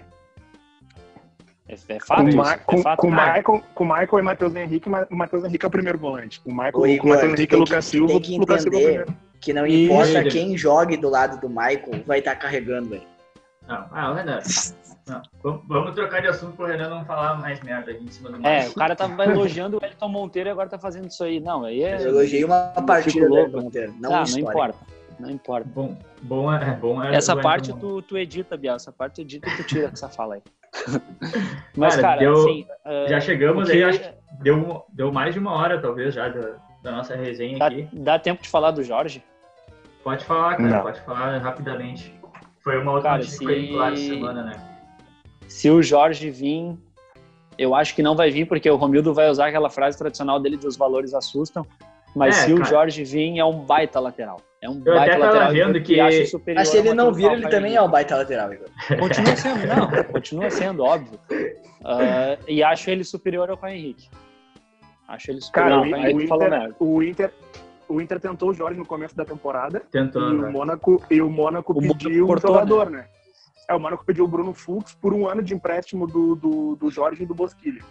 É, é Com, fato o isso, Ma- é com, fato. com, o Ah. Michael, com o Michael e Matheus Henrique, mas o Matheus Henrique é o primeiro volante. O Michael, Ô, com Igor, o Matheus tu Henrique e tem o que- Lucas tu Silva, tem que o Lucas Silva é o entender primeiro. que não Isso. importa quem jogue do lado do Michael, vai estar carregando, velho. Não, ah, o Renan. Não. Vamos, vamos trocar de assunto pro Renan não falar mais merda aqui em cima do É, Michael. o cara tava elogiando o Elton Monteiro e agora tá fazendo isso aí. Não, aí é. Eu elogiei uma partida fico do louco. Everton Monteiro, não Tá, uma não história. importa. Não importa. Bom, bom é, bom é Essa o parte Wellington. tu, tu edita, Biel. Essa parte tu edita e tu tira essa fala aí. Mas, Cara, cara, deu- assim. ah, Já chegamos o que- aí, acho que deu, deu mais de uma hora, talvez, já da, da nossa resenha dá, aqui. dá tempo de falar do Jorge? Pode falar, cara, Não. pode falar rapidamente. Foi uma outra Cara, notícia que foi se- vinculada essa semana, né? Se o Jorge vir, eu acho que não vai vir, porque o Romildo vai usar aquela frase tradicional dele de os valores assustam. Mas É, se o cara. Jorge vir, é um baita lateral. É um Eu baita até tava lateral. vendo eu que- acho superior Mas se ao ele não Matheus vir, ele Rafael também é Henrique. um baita lateral, Igor. Continua sendo, não, continua sendo, óbvio. Ah, e acho ele superior ao Caio Henrique. Acho ele superior Cara, ao o, Caio aí o, Henrique. tu falou Inter, merda. o, Inter, o Inter tentou o Jorge no começo da temporada Tentou, e o né? Mônaco, e o Mônaco O Mônaco pediu um cortou, jogador, né? É, o Mônaco pediu o Bruno Fux por um ano de empréstimo do, do, do Jorge e do Bosquilha.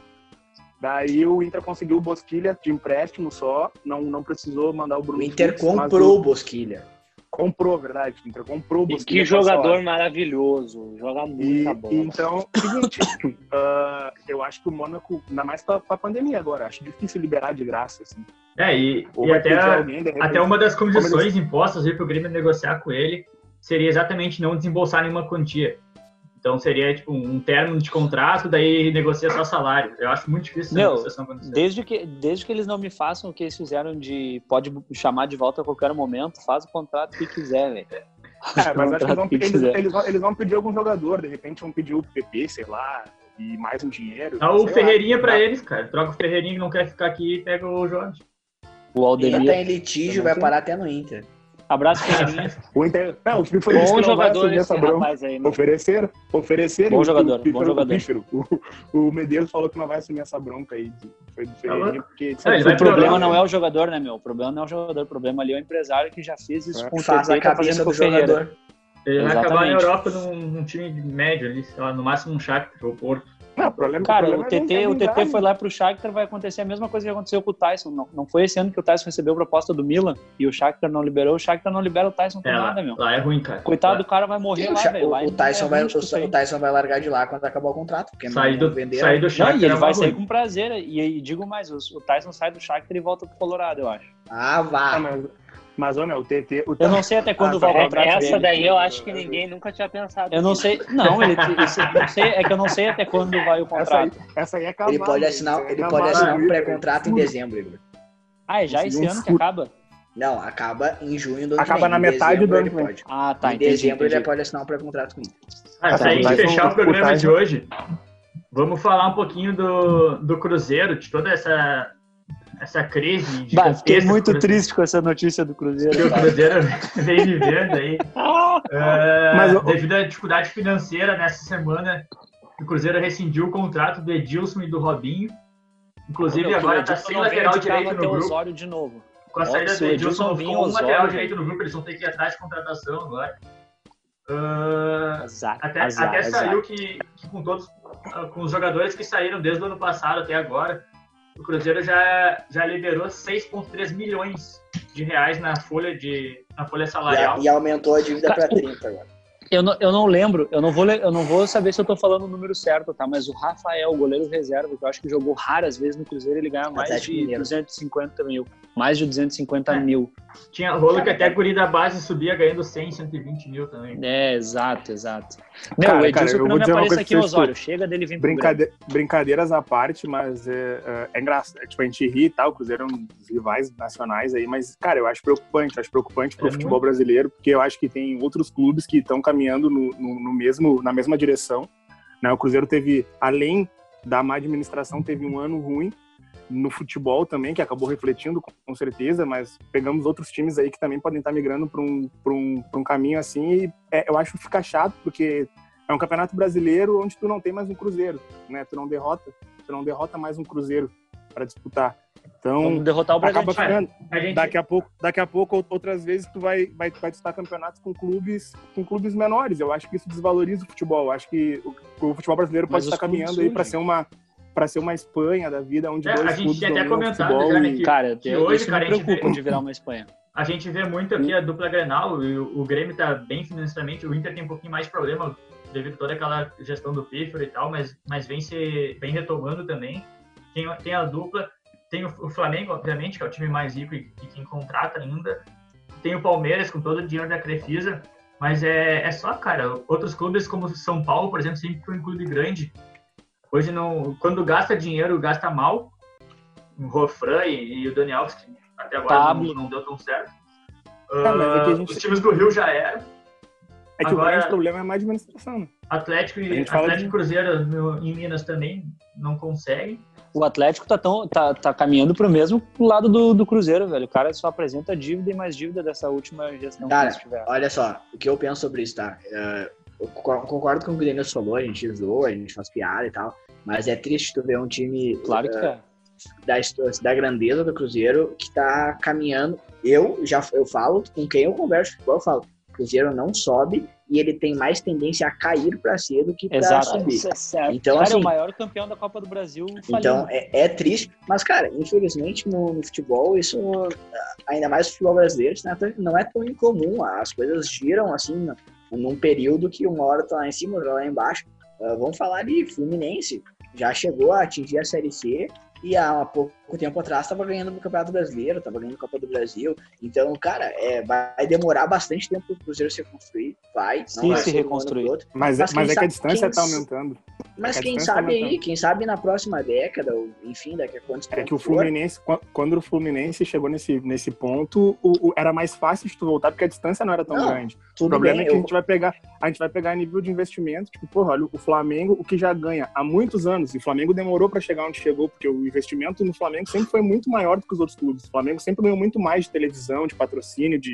Daí o Inter conseguiu o Bosquilha de empréstimo só, não, não precisou mandar o Bruno O Inter Fux, mas comprou o o- Bosquilha. Comprou, verdade. O Inter comprou o E Bosquilha. que com essa jogador hora. maravilhoso. Joga E, muita bola. então, seguinte, ah, eu acho que o Mônaco, ainda mais pra, pra pandemia agora, acho difícil liberar de graça, assim. É, e, Ou e vai até, pedir a- alguém, de repente, até uma das como condições impostas aí pro Grêmio negociar com ele seria exatamente não desembolsar nenhuma quantia. Então seria tipo um término de contrato, daí negocia só salário. Eu acho muito difícil essa Meu, negociação acontecer. Desde que, desde que eles não me façam o que eles fizeram de pode chamar de volta a qualquer momento, faz o contrato que quiser, velho. É, mas acho que eles vão, Contrato que eles, quiser. eles vão, eles vão pedir algum jogador, de repente vão pedir o P P, sei lá, e mais um dinheiro. Dá o sei Ferreirinha lá. pra eles, cara. Troca o Ferreirinha que não quer ficar aqui e pega o Jorge. O Quem Aldemir. tá em litígio vai parar até no Inter. Abraço, Ferreirinha. O Inter... Não, o Pífero disse que não vai assumir essa bronca. Aí, né? Ofereceram, ofereceram. Bom jogador, o Pífero, bom jogador. O, Pífero, o, o Medeiros falou que não vai assumir essa bronca aí. Foi do Ferreirinha, porque... É, o problema não é o jogador, né, meu? O problema não é o jogador, o problema ali é o empresário que já fez isso é. com o Faz T T, a cabeça do jogador. Ele vai acabar na Europa num, num time médio ali, sei lá, no máximo um Shakhtar ou Porto. Não, o problema, Cara, o, problema o T T, é o T T foi lá pro Shakhtar, vai acontecer a mesma coisa que aconteceu com o Tyson. Não, não foi esse ano que o Tyson recebeu a proposta do Milan e o Shakhtar não liberou. O Shakhtar não libera o Tyson por é, nada, lá, meu. Lá é ruim, cara. Coitado lá. do cara, vai morrer Sim, lá, velho. O, o, Tyson é vai, o, o Tyson vai largar de lá quando acabar o contrato. Porque sair do, vender, sair do Shakhtar. Não, e ele é vai sair ruim. com prazer. E, e digo mais, o, o Tyson sai do Shakhtar e volta pro Colorado, eu acho. Ah, vá. Ah, mas, mas, ô, meu, o T T... O eu não sei até quando ah, vai o contrato Essa dele. daí eu acho que ninguém nunca tinha pensado. Eu não sei... Não, ele, isso, não sei, é que eu não sei até quando vai o contrato. Essa aí, essa aí é cavalo. Ele pode assinar, é ele cavalo, pode assinar um Igor. pré-contrato em dezembro, Igor. Ah, é já esse ano que acaba? Não, acaba em junho do ano Acaba que vem. na Em metade do ano ele que vem. pode. Ah, tá, Em entendi, dezembro entendi. ele pode assinar um pré-contrato com ele. Ah, se a gente Tyson- fechar o programa Tyson- de hoje, vamos falar um pouquinho do, do Cruzeiro, de toda essa, essa crise de Bah, fiquei muito triste com essa notícia do Cruzeiro. que o cara. Cruzeiro vem vivendo aí. É, Mas o- devido à dificuldade financeira nessa semana, o Cruzeiro rescindiu o contrato do Edilson e do Robinho. Inclusive, Meu, agora que o está Edilson sem não vem lateral de direito Carla no grupo. Teosório de novo. Com a saída Se do o Edilson, Edilson não vinha, ficou um Osório, lateral velho. direito no grupo, eles vão ter que ir atrás de contratação agora. Uh, Azar, até azar, até azar. saiu que, que com todos uh, com os jogadores que saíram desde o ano passado até agora, o Cruzeiro já, já liberou seis vírgula três milhões de reais na folha, de, na folha salarial. E, e aumentou a dívida para trinta agora. Eu não, eu não lembro, eu não, vou, le- eu não vou saber se eu tô falando o número certo, tá? Mas o Rafael, goleiro reserva, que eu acho que jogou raras vezes no Cruzeiro, ele ganha mais Atlético de Mineiro. duzentos e cinquenta mil. Mais de duzentos e cinquenta É. mil. Tinha rolo que até a guri da base subia ganhando cem, cento e vinte mil também. É, exato, exato. Meu, Cara, o Edilson cara, eu que vou não me dizer uma apareça coisa aqui, pra vocês, Osório. Chega dele vir pro Grêmio. Brincade... Brincadeiras à parte, mas é, é, é engraçado. Tipo, a gente ri e tal, o Cruzeiro é um dos rivais nacionais aí, mas, cara, eu acho preocupante. Eu acho preocupante pro É futebol muito. brasileiro, porque eu acho que tem outros clubes que estão caminhando no, no, no mesmo, na mesma direção. Né? O Cruzeiro teve, além da má administração, teve um ano ruim no futebol também, que acabou refletindo com certeza, mas pegamos outros times aí que também podem estar migrando para um, pra um, pra um caminho assim, e é, eu acho que fica chato, porque é um campeonato brasileiro onde tu não tem mais um Cruzeiro, né? Tu não derrota, tu não derrota mais um Cruzeiro para disputar. Então, Vamos derrotar o acaba Bragantino. ficando. A gente, Daqui a pouco, daqui a pouco outras vezes tu vai, vai, vai disputar campeonatos com clubes, com clubes menores. Eu acho que isso desvaloriza o futebol. Eu acho que o, o futebol brasileiro Mas pode os estar clubes caminhando aí para surgem. ser uma para ser uma Espanha da vida, onde É, dois a gente clubes tinha até dominam o comentado futebol já, né, e- que- Cara, que eu, hoje, isso cara, me a gente preocupa vê- de virar uma Espanha. a gente vê muito aqui a dupla Grenal, e o, o Grêmio tá bem financeiramente, o Inter tem um pouquinho mais de problema devido a toda aquela gestão do Pífero e tal, mas, mas vem, se, vem retomando também. Tem, tem a dupla, tem o, o Flamengo, obviamente, que é o time mais rico e, e quem contrata ainda. Tem o Palmeiras com todo o dinheiro da Crefisa, mas é, é só, cara, outros clubes como São Paulo, por exemplo, sempre foi um clube grande. Hoje, não, quando gasta dinheiro, gasta mal. O Rofran e, e o Dani Alves, que até agora não, Pablo. não deu tão certo. É, mas é que a Ah, gente- Os times do Rio já eram. É que Agora- o grande problema é a má administração, né? Atlético A e gente fala Atlético de- e Cruzeiro no, em Minas também não conseguem. O Atlético tá, tão, tá, tá caminhando pro mesmo lado do, do Cruzeiro, velho. O cara só apresenta dívida e mais dívida dessa última gestão Cara, que eles tiveram. olha só, o que eu penso sobre isso, tá? É, eu co- concordo com o que o Denis falou, a gente zoa, a gente faz piada e tal, mas é triste tu ver um time Claro que é. da, histó- da grandeza do Cruzeiro que tá caminhando. Eu já eu falo, com quem eu converso de futebol, eu falo, o Cruzeiro não sobe e ele tem mais tendência a cair pra C do que pra Exato. subir. Isso é certo. Então, cara, é assim, o maior campeão da Copa do Brasil falindo. Então, é, é triste, mas, cara, infelizmente no, no futebol, isso, ainda mais no futebol brasileiro, isso não é tão, não é tão incomum. As coisas giram, assim, num período que uma hora tá lá em cima, outra lá embaixo. Uh, vamos falar de Fluminense, já chegou a atingir a Série C e há pouco tempo atrás estava ganhando o Campeonato Brasileiro, estava ganhando a Copa do Brasil. Então, cara, é, vai demorar bastante tempo para o Cruzeiro se reconstruir, vai. Sim, não vai se ser de um ano reconstruir. pro outro. Mas, Mas mas, quem é que a sabe- distância quem está s- aumentando. Mas É que a quem distância sabe tá aí, aumentando. quem sabe na próxima década, ou, enfim, daqui a quantos É que o tempos for, Fluminense, quan- quando o Fluminense chegou nesse, nesse ponto, o, o- era mais fácil de tu voltar, porque a distância não era tão Não, grande. O tudo problema bem, é que a eu- gente vai pegar, a gente vai pegar nível de investimento, tipo, porra, olha, o Flamengo, o que já ganha há muitos anos, e o Flamengo demorou para chegar onde chegou, porque o investimento no Flamengo sempre foi muito maior do que os outros clubes. O Flamengo sempre ganhou muito mais de televisão, de patrocínio, de,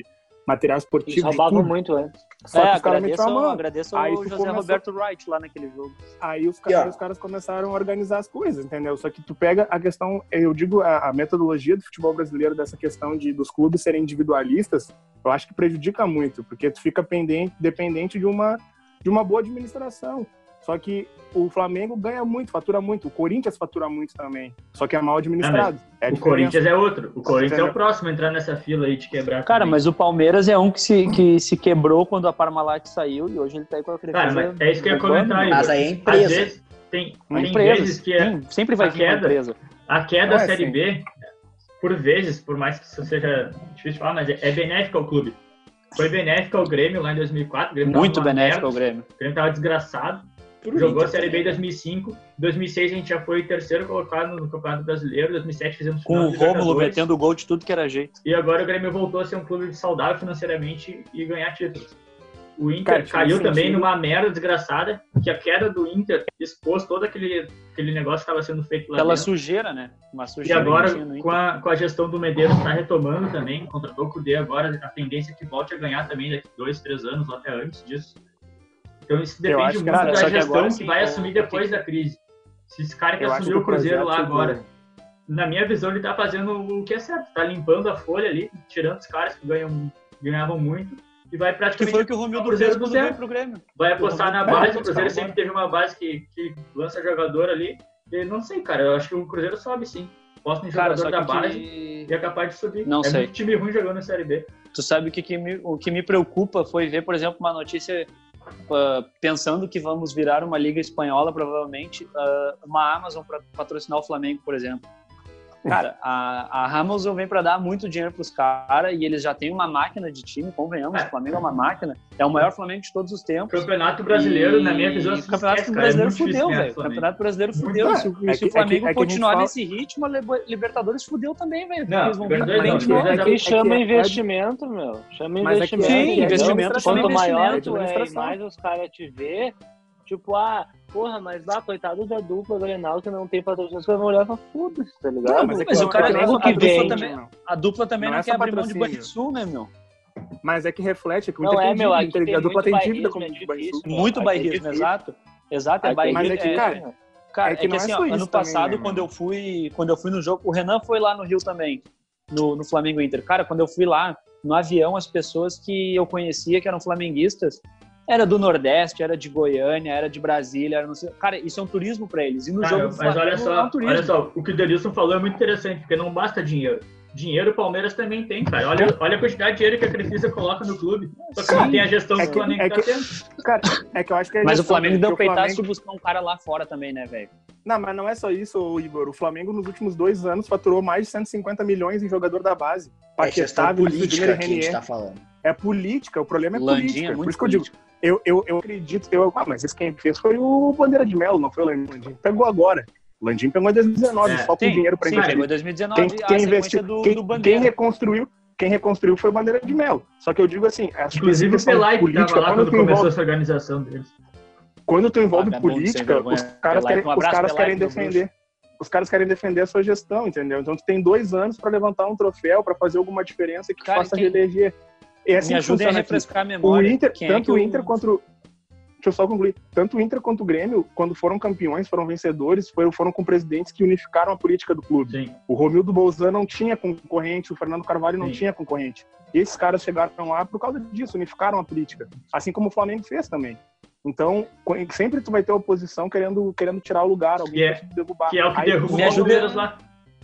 material esportivo. Eles roubavam tudo. muito antes. Só é, que os caras agradeço, meteram a mão. agradeço Aí ao tu José começou- Roberto Wright lá naquele jogo. Aí os, E, caras, ó. os caras começaram a organizar as coisas, entendeu? Só que tu pega a questão, eu digo, a, a metodologia do futebol brasileiro, dessa questão de, dos clubes serem individualistas, eu acho que prejudica muito, porque tu fica pendente, dependente de uma, de uma boa administração. Só que o Flamengo ganha muito, fatura muito. O Corinthians fatura muito também. Só que é mal administrado. É a O diferença. Corinthians é outro. O Corinthians é Entendeu? o próximo a entrar nessa fila aí de quebrar. Cara, também. mas o Palmeiras é um que se, que se quebrou quando a Parmalat saiu e hoje ele tá aí com a Cara, mas é isso que eu ia comentar aí. Mas aí é Às empresa. vezes tem, Uma tem empresa. vezes que é, Sim, sempre vai a vir uma queda- empresa. a queda Não da é Série assim. B, por vezes, por mais que isso seja difícil de falar, mas é, é benéfica ao clube. Foi benéfica ao Grêmio lá em dois mil e quatro. O Grêmio tava Muito uma benéfico merda, ao Grêmio. O Grêmio tava desgraçado. Pro Jogou Inter a Série B em também, dois mil e cinco. Em dois mil e seis a gente já foi terceiro colocado no Campeonato Brasileiro. Em dois mil e sete fizemos Com final o da Rômulo Libertadores. metendo gol de tudo que era jeito. E agora o Grêmio voltou a ser um clube saudável financeiramente e ganhar títulos. O Inter Cara, tinha caiu também sentido. numa merda desgraçada, que a queda do Inter expôs todo aquele, aquele negócio que estava sendo feito lá Aquela dentro. sujeira, né? Uma E sujeira agora, que tinha no Inter. com a, com a gestão do Medeiros, está retomando também, contratou o Cudê agora, a tendência é que volte a ganhar também daqui dois, três anos, ou até antes disso. Então isso Eu depende acho que, muito cara, da só que gestão agora, que sim, vai o- assumir depois da crise. Se esse cara que Eu acho assumiu que o Cruzeiro lá projeto do- agora, na minha visão, ele tá fazendo o que é certo, tá limpando a folha ali, tirando os caras que ganham, ganhavam muito, e vai Que praticamente foi o que o Romildo o Cruzeiro fez do quando zero. veio pro Grêmio. vai apostar na É, base, é, o Cruzeiro é, sempre teve uma base que, que lança jogador ali, e não sei, cara, eu acho que o Cruzeiro sobe sim, aposta em Cara, jogador só da base que... e é capaz de subir. Não é sei. muito time ruim jogando na Série B. Tu sabe o que, que me, o que me preocupa foi ver, por exemplo, uma notícia uh, pensando que vamos virar uma liga espanhola, provavelmente, uh, uma Amazon para patrocinar o Flamengo, por exemplo. Cara, a, a Amazon vem para dar muito dinheiro pros caras e eles já têm uma máquina de time, convenhamos, o Flamengo é uma máquina, é o maior Flamengo de todos os tempos. Campeonato Brasileiro, E na minha visão, o se Campeonato esquece, cara, Brasileiro é muito difícil fudeu, ganhar velho. do O Flamengo. Campeonato Brasileiro Muito fudeu. bom. Se, o- É se que- o Flamengo é que- é que a gente continuar fala- nesse ritmo, a Liber- Libertadores fudeu também, velho. Não, Eles vão vir Libertadores bem não, de novo. Libertadores Aqui chama é- investimento, meu. Chama Mas é que investimento. é- Sim, é investimento chama Quanto maior investimento. tu é, e administração. mais os caras te vê, tipo, ah, porra, mas lá, coitado da dupla Grenal que não tem patrocínio, os caras vão olhar e falar, foda-se, tá ligado? Não, mas é que Mas não- o cara é que que não é que só vem patrocínio, também. não. A dupla também Não não, é quer só abrir mão de patrocínio. Banrisul, né, meu? Mas é que reflete que o Não Inter é, tem meu, dívida, aqui Inter- tem a dupla tem muito dívida bairrismo, com é o difícil, Banrisul. meu. Muito Aqui é bairrismo, difícil. exato. Exato, é Aqui bairrismo. Mas é que, cara, Cara, É é que que, não é assim, só ó, isso ano também, passado, né, quando meu? eu fui quando eu fui no jogo, o Renan foi lá no Rio também, no, no Flamengo Inter. Cara, quando eu fui lá, no avião, as pessoas que eu conhecia, que eram flamenguistas, era do Nordeste, era de Goiânia, era de Brasília, era não sei... Cara, isso é um turismo pra eles. E no Cara, jogo do mas Flamengo olha é um só, turismo. olha só, o que o Denilson falou é muito interessante, porque não basta dinheiro. Dinheiro o Palmeiras também tem, cara. Olha, olha a quantidade de dinheiro que a Crefisa coloca no clube. Só que Sim. não tem a gestão É que o que- Flamengo é tá que- tendo. Cara, é que eu acho que é Mas o gestão, Flamengo porque deu o peitaço Flamengo- de buscar um cara lá fora também, né, velho? Não, mas não é só isso, Igor. O Flamengo, nos últimos dois anos, faturou mais de cento e cinquenta milhões em jogador da base. É gestão Paquetá, Vinícius política Júnior e que a gente Renier. tá falando. É política, o problema é Landinha política. é Por muito isso que eu digo, político. eu, eu, eu acredito, eu, ah, mas esse quem fez foi o Bandeira de Melo, não foi o Landim. Pegou agora. O Landim pegou em dois mil e dezenove, É, só com Sim, dinheiro pra sim, investir. pegou em dois mil e dezenove, Quem, a quem sequência investiu, do, quem, do quem Bandeira. reconstruiu, quem reconstruiu foi o Bandeira de Melo. Só que eu digo assim, acho que Inclusive o questão Pelai que política, tava lá quando quando tu começou envolve, essa organização deles. quando tu envolve Vagabundo, sem política, vergonha. os caras Pelai, querem, um os abraço, caras Pelai, querem meu defender. Os caras querem defender a sua gestão, entendeu? Então tu tem dois anos para levantar um troféu, para fazer alguma diferença que Cara, faça quem- reeleger. É assim Me que ajudem a funciona aqui. refrescar a O memória. Inter, Quem é tanto que o eu- Inter quanto o- Deixa eu só concluir. Tanto o Inter quanto o Grêmio, quando foram campeões, foram vencedores, foram, foram com presidentes que unificaram a política do clube. Sim. O Romildo Bolzan não tinha concorrente, o Fernando Carvalho não Sim. tinha concorrente. E esses caras chegaram lá por causa disso, unificaram a política. Assim como o Flamengo fez também. Então, co- sempre tu vai ter oposição querendo, querendo tirar o lugar, alguém Que é- pra te derrubar. Que é o que Aí tu derrubou me o ajuda- Palmeiras lá.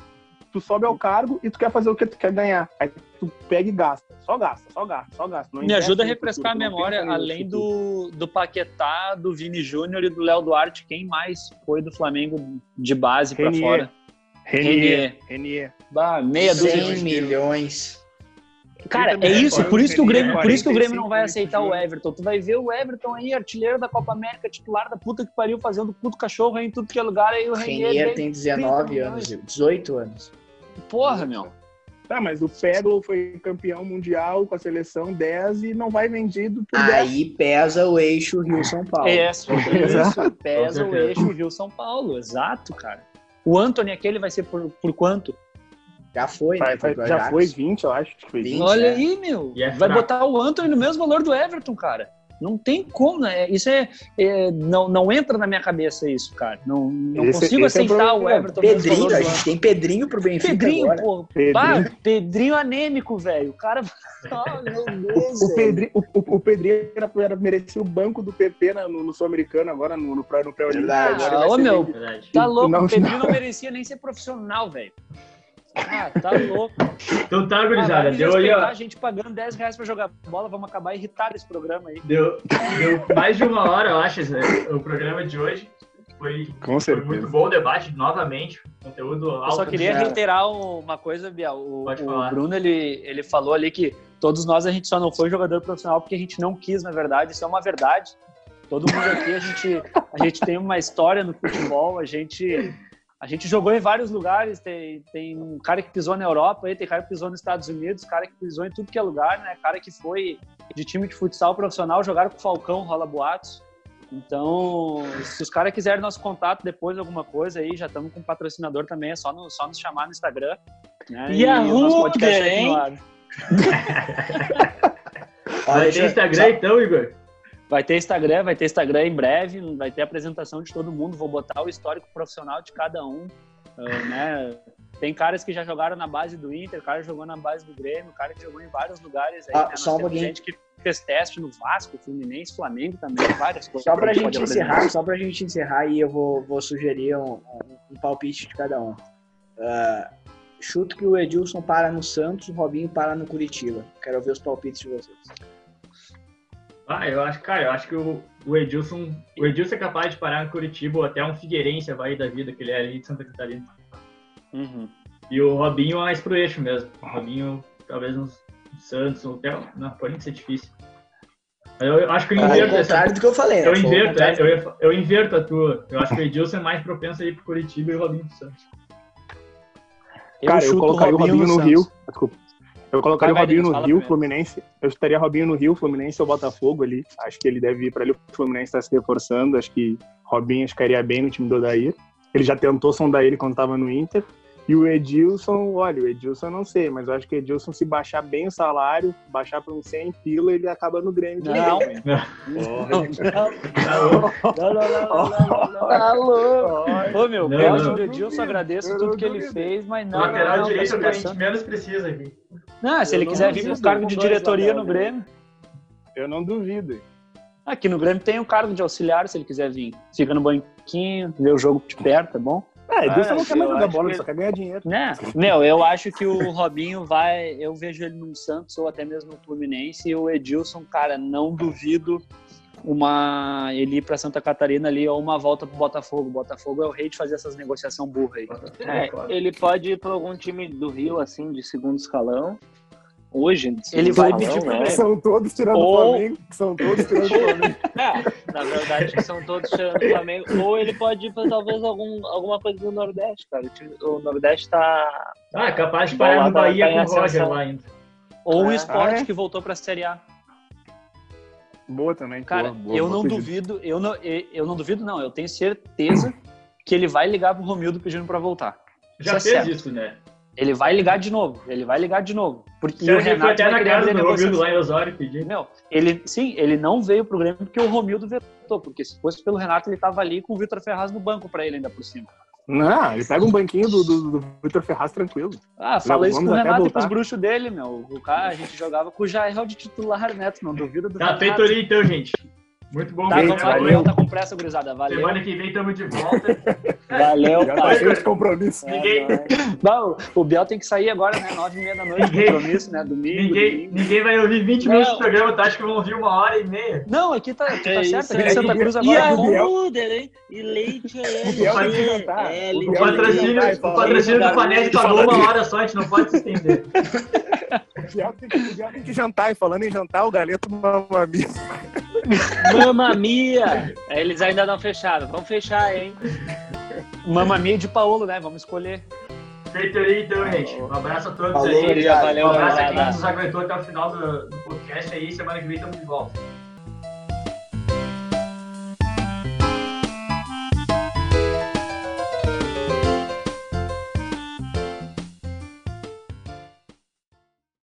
tu sobe ao cargo e tu quer fazer o que tu quer ganhar. Aí tu pega e gasta. Só gasta, só gasta, só gasta. Não Me investe ajuda a no refrescar futuro, a tu não memória, pensa no além futuro. do, do Paquetá, do Vini Júnior e do Léo Duarte, quem mais foi do Flamengo de base pra Renier. fora? Renier. Renier. Bah, meia dúzia cem de... milhões. Cara, é trinta isso, milhões, por isso que o Grêmio, por isso que o Grêmio não vai quarenta e cinco aceitar o milhões. Everton. Tu vai ver o Everton aí, artilheiro da Copa América, titular da puta que pariu, fazendo puto cachorro aí em tudo que é lugar, aí o Renier Renier vem- tem dezenove trinta anos, milhões. dezoito anos. Porra, meu. Tá, mas o Peglo foi campeão mundial com a seleção dez e não vai vendido por dez. Aí pesa o eixo Rio-São Paulo. É, isso, Exato. pesa Com o certeza. eixo Rio-São Paulo, exato, cara. O Antony aquele vai ser por, por quanto? Já foi, Vai, né? vai, Foi pro já Ajax. foi vinte, eu acho. que foi vinte. vinte. Olha é. aí, meu. E é Vai fraco. botar o Antony no mesmo valor do Everton, cara. Não tem como, né? Isso é, é não, não entra na minha cabeça isso, cara. Não, não Esse- consigo esse é o aceitar o problema. Everton no mesmo Pedrinho, valor a do gente Antony. tem Pedrinho pro Benfica Pedrinho, agora. pô. Pedrinho. Pá, Pedrinho anêmico, velho. O cara... Ah, meu Deus, O velho. Pedrinho, o, o- o Pedrinho era, era, merecia o banco do P P na- no, no Sul-Americano agora, no, no, pré- no pré-olímpico. Verdade. Agora vai Ah, ô, ser meu, vendido. Verdade. tá louco. Não, o Pedrinho não. não merecia nem ser profissional, velho. Ah, tá louco. Então tá, Ah, gurizada. vai me Deu aí, respeitar, ó. a gente pagando dez reais pra jogar bola, vamos acabar irritado esse programa aí. Deu, deu mais de uma hora, eu acho, esse- o programa de hoje. Foi, Com foi certeza. muito bom o debate, novamente. Conteúdo alto. Eu só queria cara. reiterar uma coisa, Biel. O, Pode o falar. Bruno, ele, ele falou ali que todos nós, a gente só não foi jogador profissional porque a gente não quis, na verdade. Isso é uma verdade. Todo mundo aqui, a gente, a gente tem uma história no futebol, a gente, a gente jogou em vários lugares. Tem, tem um cara que pisou na Europa, aí, tem cara que pisou nos Estados Unidos, cara que pisou em tudo que é lugar, né? Cara que foi de time de futsal profissional, jogaram com o Falcão, rola boatos. Então, se os caras quiserem nosso contato depois, alguma coisa aí, já estamos com um patrocinador também, é só, no, só nos chamar no Instagram. Né? Yahoo, o nosso podcast é aqui no hein? ar. Vai ter Instagram então, Igor? Vai ter Instagram, vai ter Instagram em breve, vai ter apresentação de todo mundo, vou botar o histórico profissional de cada um, uh, né? Tem caras que já jogaram na base do Inter, cara que jogou na base do Grêmio, cara que jogou em vários lugares aí, Ah, né? Nós só um temos pouquinho. gente que fez teste no Vasco, Fluminense, Flamengo também, várias coisas. Só pra que a gente pode encerrar, apresentar. só pra gente encerrar aí, eu vou, vou sugerir um, um- um palpite de cada um. Ah, chuto que o Edilson para no Santos, o Robinho para no Curitiba. Quero ver os palpites de vocês. Ah, eu acho, cara, eu acho que o, o Edilson, o Edilson é capaz de parar no Curitiba ou até um Figueirense, Havaí da vida, que ele é ali de Santa Catarina. Uhum. E o Robinho é mais pro eixo mesmo. O Robinho, talvez uns Santos, ou até. Não, pode ser difícil. Eu, eu acho que eu Ao inverto essa. contrário do que eu falei, né? Eu Foi o inverto, é, contrário. eu, ia- eu inverto a tua. Eu acho que o Edilson é mais propenso a ir pro Curitiba e o Robinho pro Santos. Cara, eu chuto colocaria o Robinho no Santos. Rio. Desculpa. Eu colocaria Vai, o Robinho Denis, no fala Rio, primeiro. Fluminense. Eu estaria Robinho no Rio, Fluminense ou Botafogo ali. Acho que ele deve ir para ali. O Fluminense está se reforçando. Acho que Robinho ficaria bem no time do Odair. Ele já tentou sondar ele quando estava no Inter. E o Edilson, olha, o Edilson eu não sei, mas eu acho que o Edilson, se baixar bem o salário, baixar para uns cem pila, ele acaba no Grêmio de Não, novo. não, não, não, não, não, não. Tá louco. Ô, meu, Não, gosto não. do Edilson, agradeço Eu tudo não que ele duvido. fez, mas O não, lateral não, direito é o que a situação- gente menos precisa aqui. Não, se Eu ele não quiser vir duvido, com cargo com de dois diretoria no lateral, né? Grêmio, Eu não duvido. aqui no Grêmio tem o cargo de auxiliar, se ele quiser vir. Fica no banquinho, vê o jogo de perto, tá bom? É, Edilson Ah, não quer mais eu jogar acho bola, que ele só quer ganhar dinheiro. Né? Meu, eu acho que o Robinho vai. Eu vejo ele no Santos ou até mesmo no Fluminense. E o Edilson, cara, não duvido uma ele ir pra Santa Catarina ali ou uma volta pro Botafogo. O Botafogo é o rei de fazer essas negociações burras aí. É, ele pode ir para algum time do Rio, assim, de segundo escalão. Hoje, de segundo Ele vai escalão, pedir pro né? Grêmio. São todos tirando Ou- o Flamengo, são todos tirando o Flamengo. É, na verdade, que são todos tirando o Flamengo. Ou ele pode ir para talvez algum, alguma coisa do Nordeste, cara. O time- O Nordeste tá. Ah, é capaz de Bom, parar lá no tá- Bahia tá em com o Roger ascensão. lá ainda. Ou o É. Sport Ah, é? que voltou pra Série A. Boa também. Cara, boa, boa, eu boa não pedida. duvido, eu não, eu eu não duvido, não. Eu tenho certeza que ele vai ligar pro Romildo pedindo pra voltar. Já Isso é fez certo. isso, né? Ele vai ligar de novo. Ele vai ligar de novo. Porque Já o ele foi Renato até vai na querer casa abrir do Romildo negociação. lá em Osório pedir. Não, ele, sim, ele não veio pro Grêmio porque o Romildo vetou. Porque se fosse pelo Renato, ele tava ali com o Vitor Ferraz no banco pra ele ainda por cima. Não, ele pega um banquinho do, do, do Vitor Ferraz tranquilo. Ah, fala isso vamos com o até Renato e voltar. com os bruxos dele, meu. O cara, a gente jogava com o Jael de titular, né? Tu não duvida do Tá Renato. feito ali então, gente. Muito bom Tá, ver. vamos lá, valeu. o Biel tá com pressa, gurizada. Valeu. Semana que vem estamos de volta. Valeu, Já tá cara. cheio de compromisso. Ninguém- Não, o Biel tem que sair agora, né? Nove e meia da noite, Ninguém- compromisso, né? Domingo, Ninguém, domingo. ninguém vai ouvir vinte Não. minutos do programa, tá? Acho que vão ouvir uma hora e meia. Não, aqui tá, aqui tá É certo. isso Aqui aí. em Santa Cruz E agora. a é bom. ruda, hein? E leite é O Biel tem que L, jantar. L, O O Biel patrocínio, Vai, o fala. patrocínio do Garoto. Panete pagou uma hora só, a gente não pode se estender. O Biel tem que, o Biel tem que jantar. E falando em jantar, o Galeto Mamma Mia. Mamma Mia! É, eles ainda não fecharam. Vamos fechar, hein? Mamma Mia de Paulo, né? Vamos escolher. Feito aí então, gente. Um abraço a todos Falou, aí. obrigado. Um Valeu, abraço a quem galera. nos aguentou até o final do, do podcast aí. Semana que vem estamos de volta.